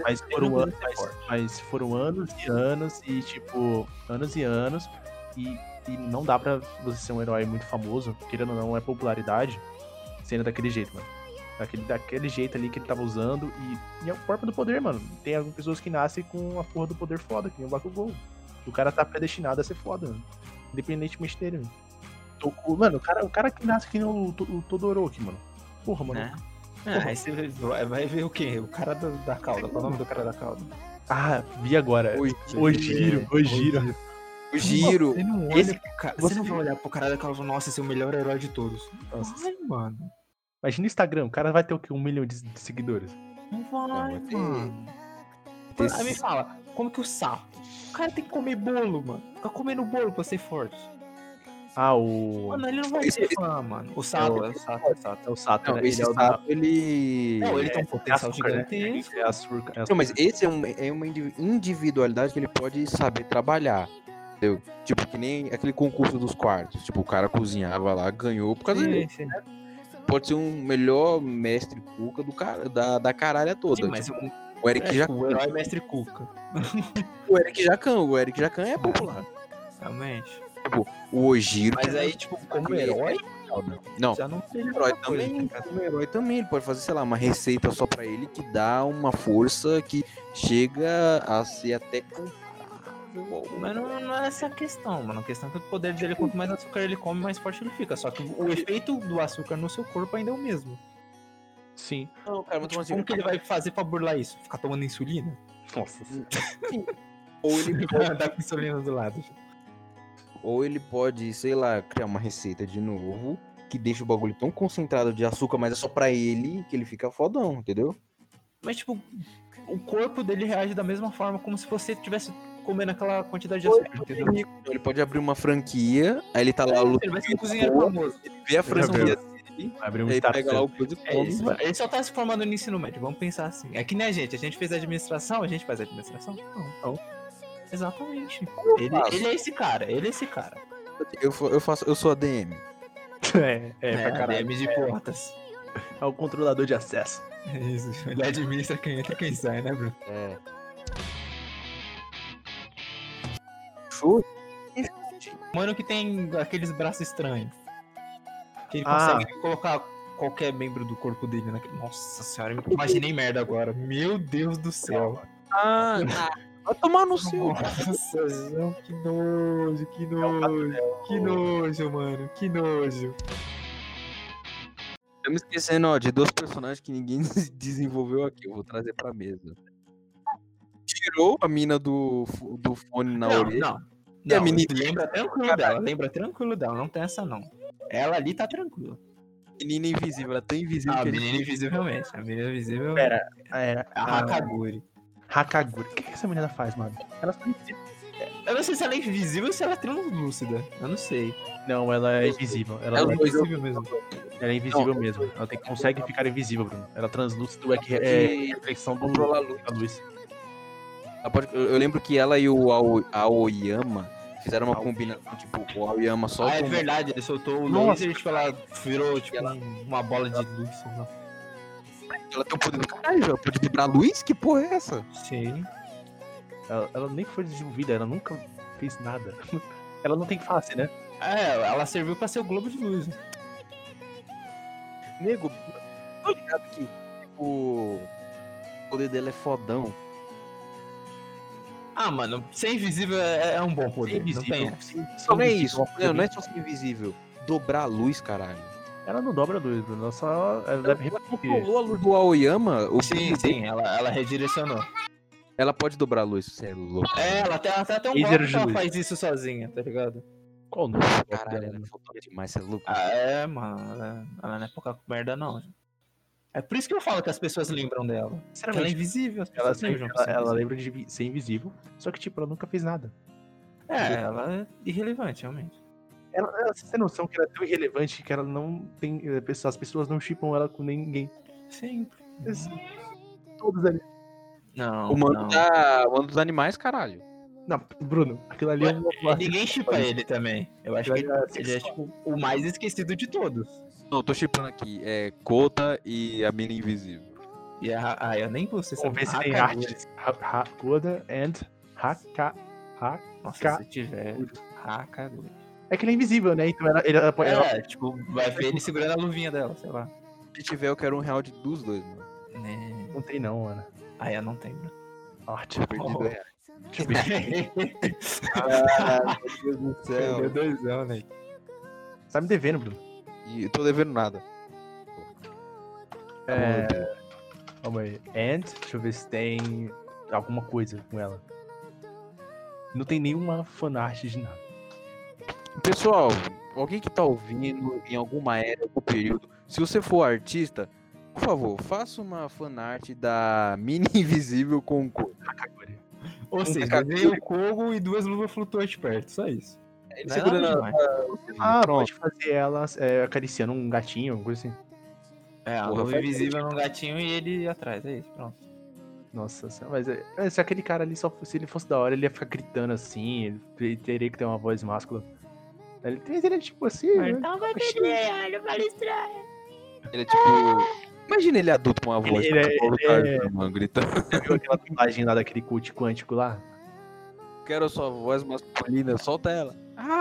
mas foram anos e anos e tipo, anos e anos e não dá pra você ser um herói muito famoso, querendo ou não, é popularidade, sendo daquele jeito, mano. Daquele jeito ali que ele tava usando e é a forma do poder, mano. Tem algumas pessoas que nascem com a porra do poder foda, que nem o Bakugou. O cara tá predestinado a ser foda, mano. Independentemente dele, mano. Mano, o cara que nasce que nem o Todoroki, mano. Porra, mano. Né? Aí você vai ver o quê? O cara da cauda. Qual é o nome do cara da cauda? Ah, vi agora. O Giro. O Giro. Você não olha pro cara. Você não vai olhar pro cara da cauda e falar, nossa, esse é o melhor herói de todos. Nossa. Vai, mano. Imagina o Instagram, o cara vai ter o quê? 1 milhão de seguidores. Não vai, vai ter. mano. Ter Aí me fala, como que o sapo? O cara tem que comer bolo, mano. Fica comendo bolo pra ser forte. Ah, o. Mano, ele não vai ter fã, mano. O Sato, É o Sato, Não, né? esse Ele é o Sato, ele... Não, ele tem um potencial açúcar, né? gigantesco. É açúcar. Não, mas esse é uma individualidade que ele pode saber trabalhar. Entendeu? Tipo, que nem aquele concurso dos quartos. Tipo, o cara cozinhava lá, ganhou por causa dele. Sim. Pode ser um melhor mestre cuca da caralha toda. Sim, mas Tipo, o Eric Jacan. o herói mestre Cuca. O Eric Jacan é popular. Realmente. Tipo, o Ojiro. Mas aí, tipo, como herói, Não, já não seria herói outra coisa, também, cara. como herói também, ele pode fazer, sei lá, uma receita só pra ele que dá uma força que chega a ser até comparável. Mas não é essa a questão, mano. A questão é que o poder dele, quanto mais açúcar ele come, mais forte ele fica. Só que o efeito do açúcar no seu corpo ainda é o mesmo. Sim. Não, cara, Tipo, como que ele vai fazer pra burlar isso? Ficar tomando insulina? Nossa. Ou ele Andar com insulina do lado. Ou ele pode, sei lá, criar uma receita de novo que deixa o bagulho tão concentrado de açúcar, mas é só pra ele que ele fica fodão, entendeu? Mas, tipo, o corpo dele reage da mesma forma como se você estivesse comendo aquela quantidade de açúcar, entendeu? Ele pode abrir uma franquia, aí ele tá lá Ele vai ser um cozinheiro famoso. vê a franquia dele, Vai abrir um aí Starbucks. pega lá o coisa e É come. isso, ele só tá se formando no ensino médio, vamos pensar assim. É que nem a gente fez administração, a gente faz administração? Não. Exatamente. Ele é esse cara, Eu sou ADM. Pra caralho. DM de portas. É o controlador de acesso. É isso. Ele administra quem entra e quem sai, né, Bruno? É. Show. Mano que tem aqueles braços estranhos. Que ele Ah. consegue colocar qualquer membro do corpo dele naquele. Nossa senhora, eu imaginei merda agora. Meu Deus do céu. Ah, vai tomar no seu. Nossa, não, que nojo, que nojo. Que nojo, mano, que nojo. Estamos esquecendo, ó, de 2 personagens que ninguém desenvolveu aqui. Eu vou trazer pra mesa. Tirou a mina do fone na orelha. E a Não, menina- lembra tranquilo dela, não tem essa não. Ela ali tá tranquila. Menina invisível, ela é tão invisível A que menina invisível realmente, a menina invisível Pera, é a Hakaguri. Hakaguri. O que essa menina faz, mano? Ela só invisível. Eu não sei se ela é invisível ou se ela é translúcida, eu não sei. Não, ela é invisível. Ela Ela é foi- invisível mesmo. Ela é invisível mesmo. Ela consegue ficar invisível, Bruno. Ela translúcido é que é reflexão do controlar a luz. da luz. Eu lembro que ela e o Aoyama fizeram uma combinação, tipo, o Aoyama só Ah, é com- verdade, ele soltou o Nossa. laser e tipo, ela virou tipo uma bola de luz. Sei lá. Ela tem o poder do caralho, ela pode vibrar luz? Que porra é essa? Sim. Ela nem foi desenvolvida, ela nunca fez nada. Ela não tem face, né? É, ela serviu pra ser o globo de luz. Nego, tô ligado que, tipo, o poder dela é fodão. Ah, mano, ser invisível é um bom poder. Ser invisível. Não tem... Não é isso, não é só ser invisível. Dobrar a luz, caralho. Ela não dobra a luz, Bruno. Ela só. Ela deve Ela repetir. controlou a luz do Aoyama, Sim, ela redirecionou. ela pode dobrar a luz, você é louco. É, ela tem até um Laser golpe de que ela luz. faz isso sozinha, tá ligado? Qual o nome? Caralho, ela é fodona demais, você é louco. Ah, é, mano, ela não é pouca merda não. É por isso que eu falo que as pessoas lembram dela. Porque ela é Sinceramente, invisível, as ela, pessoas lembram que ela é lembra de ser invisível, só que, tipo, ela nunca fez nada. ela é irrelevante, realmente. Você tem noção que ela é tão irrelevante que ela não tem. As pessoas não chipam ela com ninguém. Sempre. Todos ali. Não, O mano não. dos animais, caralho. Não, Bruno, aquilo ali é uma. Ninguém chipa ele também. Eu acho que ele é tipo o mais esquecido de todos. Não, eu tô chipando aqui. É Kota e a mina invisível. E eu nem você Vamos ver se tem Hakaguri. artes. Hakoda and Haka. Nossa, se tiver Hakaguri. É que ele é invisível, né? Então ela pode. Tipo, vai ver ele segurando a luvinha dela, sei lá. Se tiver, eu quero R$1 dos dois, mano. Né. Não tem, não, mano. Eu não tenho. Arte. Eu perdi R$2. Deixa eu ver. Ah, meu Deus do Perdeu doisão, né? Você tá me devendo, Bruno. E eu tô devendo nada. É. Calma aí. And, deixa eu ver se tem alguma coisa com ela. Não tem nenhuma fanart de nada. Pessoal, alguém que tá ouvindo em alguma era, algum período, se você for artista, por favor, faça uma fanart da Mini Invisível com cor. Hakaguri. Ou seja, veio o Kogo e 2 luvas flutuantes perto, só isso. Ele Não é segurando nada a... demais. Ah, Pronto. pode fazer ela acariciando um gatinho, alguma coisa assim. É, a Porra, luva faz invisível num gatinho e ele atrás, é isso, pronto. Nossa senhora, mas se aquele cara ali se ele fosse da hora, ele ia ficar gritando assim, ele teria que ter uma voz máscula. Ele é tipo assim, né? Ele é tipo... Imagina ele adulto com uma voz. Ele mano, gritando. Você viu aquela dublagem lá daquele cult quântico lá? Quero a sua voz masculina, solta ela.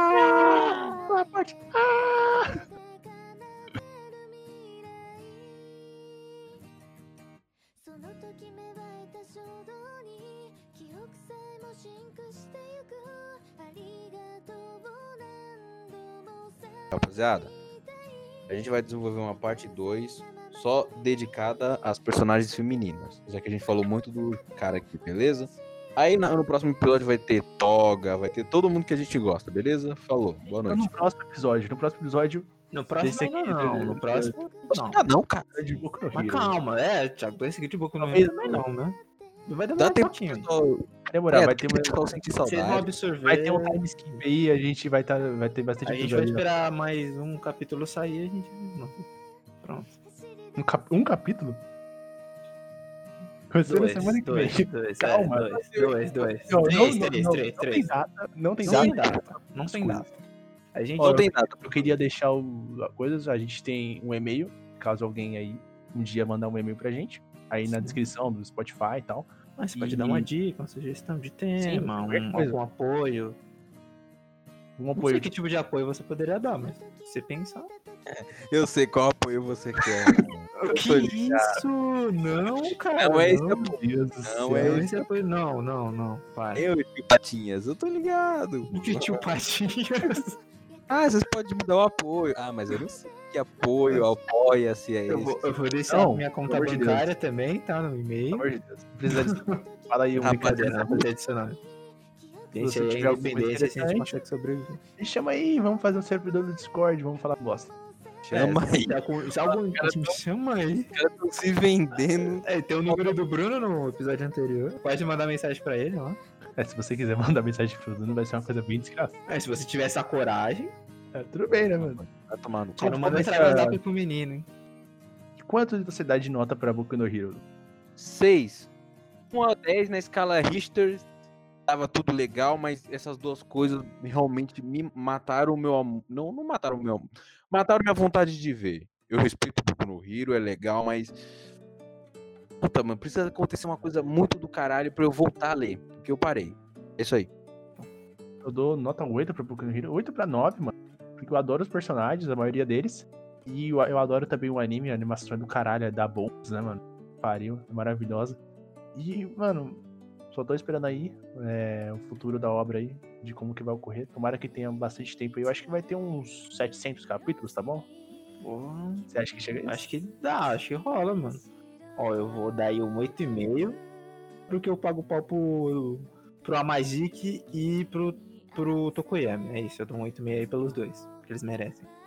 Rapaziada, a gente vai desenvolver uma parte 2 só dedicada às personagens femininas, já que a gente falou muito do cara aqui, beleza? Aí no próximo episódio vai ter Toga, vai ter todo mundo que a gente gosta, beleza? Falou, boa noite. No próximo episódio, No próximo Esse aqui, não, no próximo não. Ah, não, cara. é de Boku no Mas Hero. calma, Thiago, esse aqui de boca no Talvez Rio também não, né? Vai Dá demorar um tempo pro pouquinho. pessoal, Vai demorar, vai tem ter que o pessoal sentir Vocês vão saudade. absorver. vai ter um time skip aí, a gente vai ter bastante A gente vai episódio. esperar mais um capítulo sair e a gente. Pronto. Um capítulo? Vai ser na semana que vem. Calma. Dois. Não, Três. Não tem data. Não tem data. A gente Ó, Não tem nada. Eu queria deixar coisas. A gente tem um e-mail, caso alguém aí um dia mandar um e-mail pra gente, aí na descrição do Spotify e tal. Mas você pode E- dar uma dica, uma sugestão de tema, qualquer coisa. algum apoio. Um Não apoio sei que tipo de apoio você poderia dar, mas se você pensar. Eu sei qual apoio você quer. Que isso? Não, cara. Não é esse não. apoio. Deus do Não, céu. é Não, esse esse apoio. Não. Para. Eu e Tio Patinhas, eu tô ligado. Que tio Patinhas. Ah, vocês podem mudar o apoio. Ah, mas eu não sei que apoio, apoia-se é Eu esse. vou deixar Não, minha conta pelo amor de bancária também, tá? No Pelo e-mail. amor de Deus. Não precisa disso. Fala aí um Brincadeira, não pode adicionar. Se Gente, você aí tiver a alguma coisa independência, se a gente interessante, consegue sobreviver. me chama aí, vamos fazer um servidor do Discord, vamos falar bosta. Chama aí. Se algum me chama aí. Os caras estão se vendendo. É, tem o número do Bruno no episódio anterior. Pode mandar mensagem pra ele, ó. Se você quiser mandar mensagem pro Bruno, vai ser uma coisa bem desgraçada. Se você tiver essa coragem, Tudo bem, né, mano? Vai tomar no cu. só não manda começa- mensagem no WhatsApp pro menino, hein? Quanto você dá de nota pra Boku no Hero? 6. 1 a 10 na escala Richter. Tava tudo legal, mas essas duas coisas realmente me mataram o meu amor. Não mataram o meu amor. Mataram minha vontade de ver. Eu respeito o Boku no Hero, é legal, mas. Puta, mano, precisa acontecer uma coisa muito do caralho pra eu voltar a ler. Porque eu parei. É isso aí. Eu dou nota 8 pra Boku no Hero. 8 pra 9, mano. Porque eu adoro os personagens, a maioria deles. E eu adoro também o anime, a animação é do caralho, é da Bones, né, mano? Pariu, é maravilhosa. E, mano, só tô esperando aí o futuro da obra aí, de como que vai ocorrer. Tomara que tenha bastante tempo aí. Eu acho que vai ter uns 700 capítulos, tá bom? Porra, Você acha que chega a isso? acho que dá, acho que rola, mano. Ó, eu vou dar aí um 8,5, porque eu pago pau pro Amazique e pro Tokoyami. É isso, eu dou um 8,5 aí pelos dois, que eles merecem.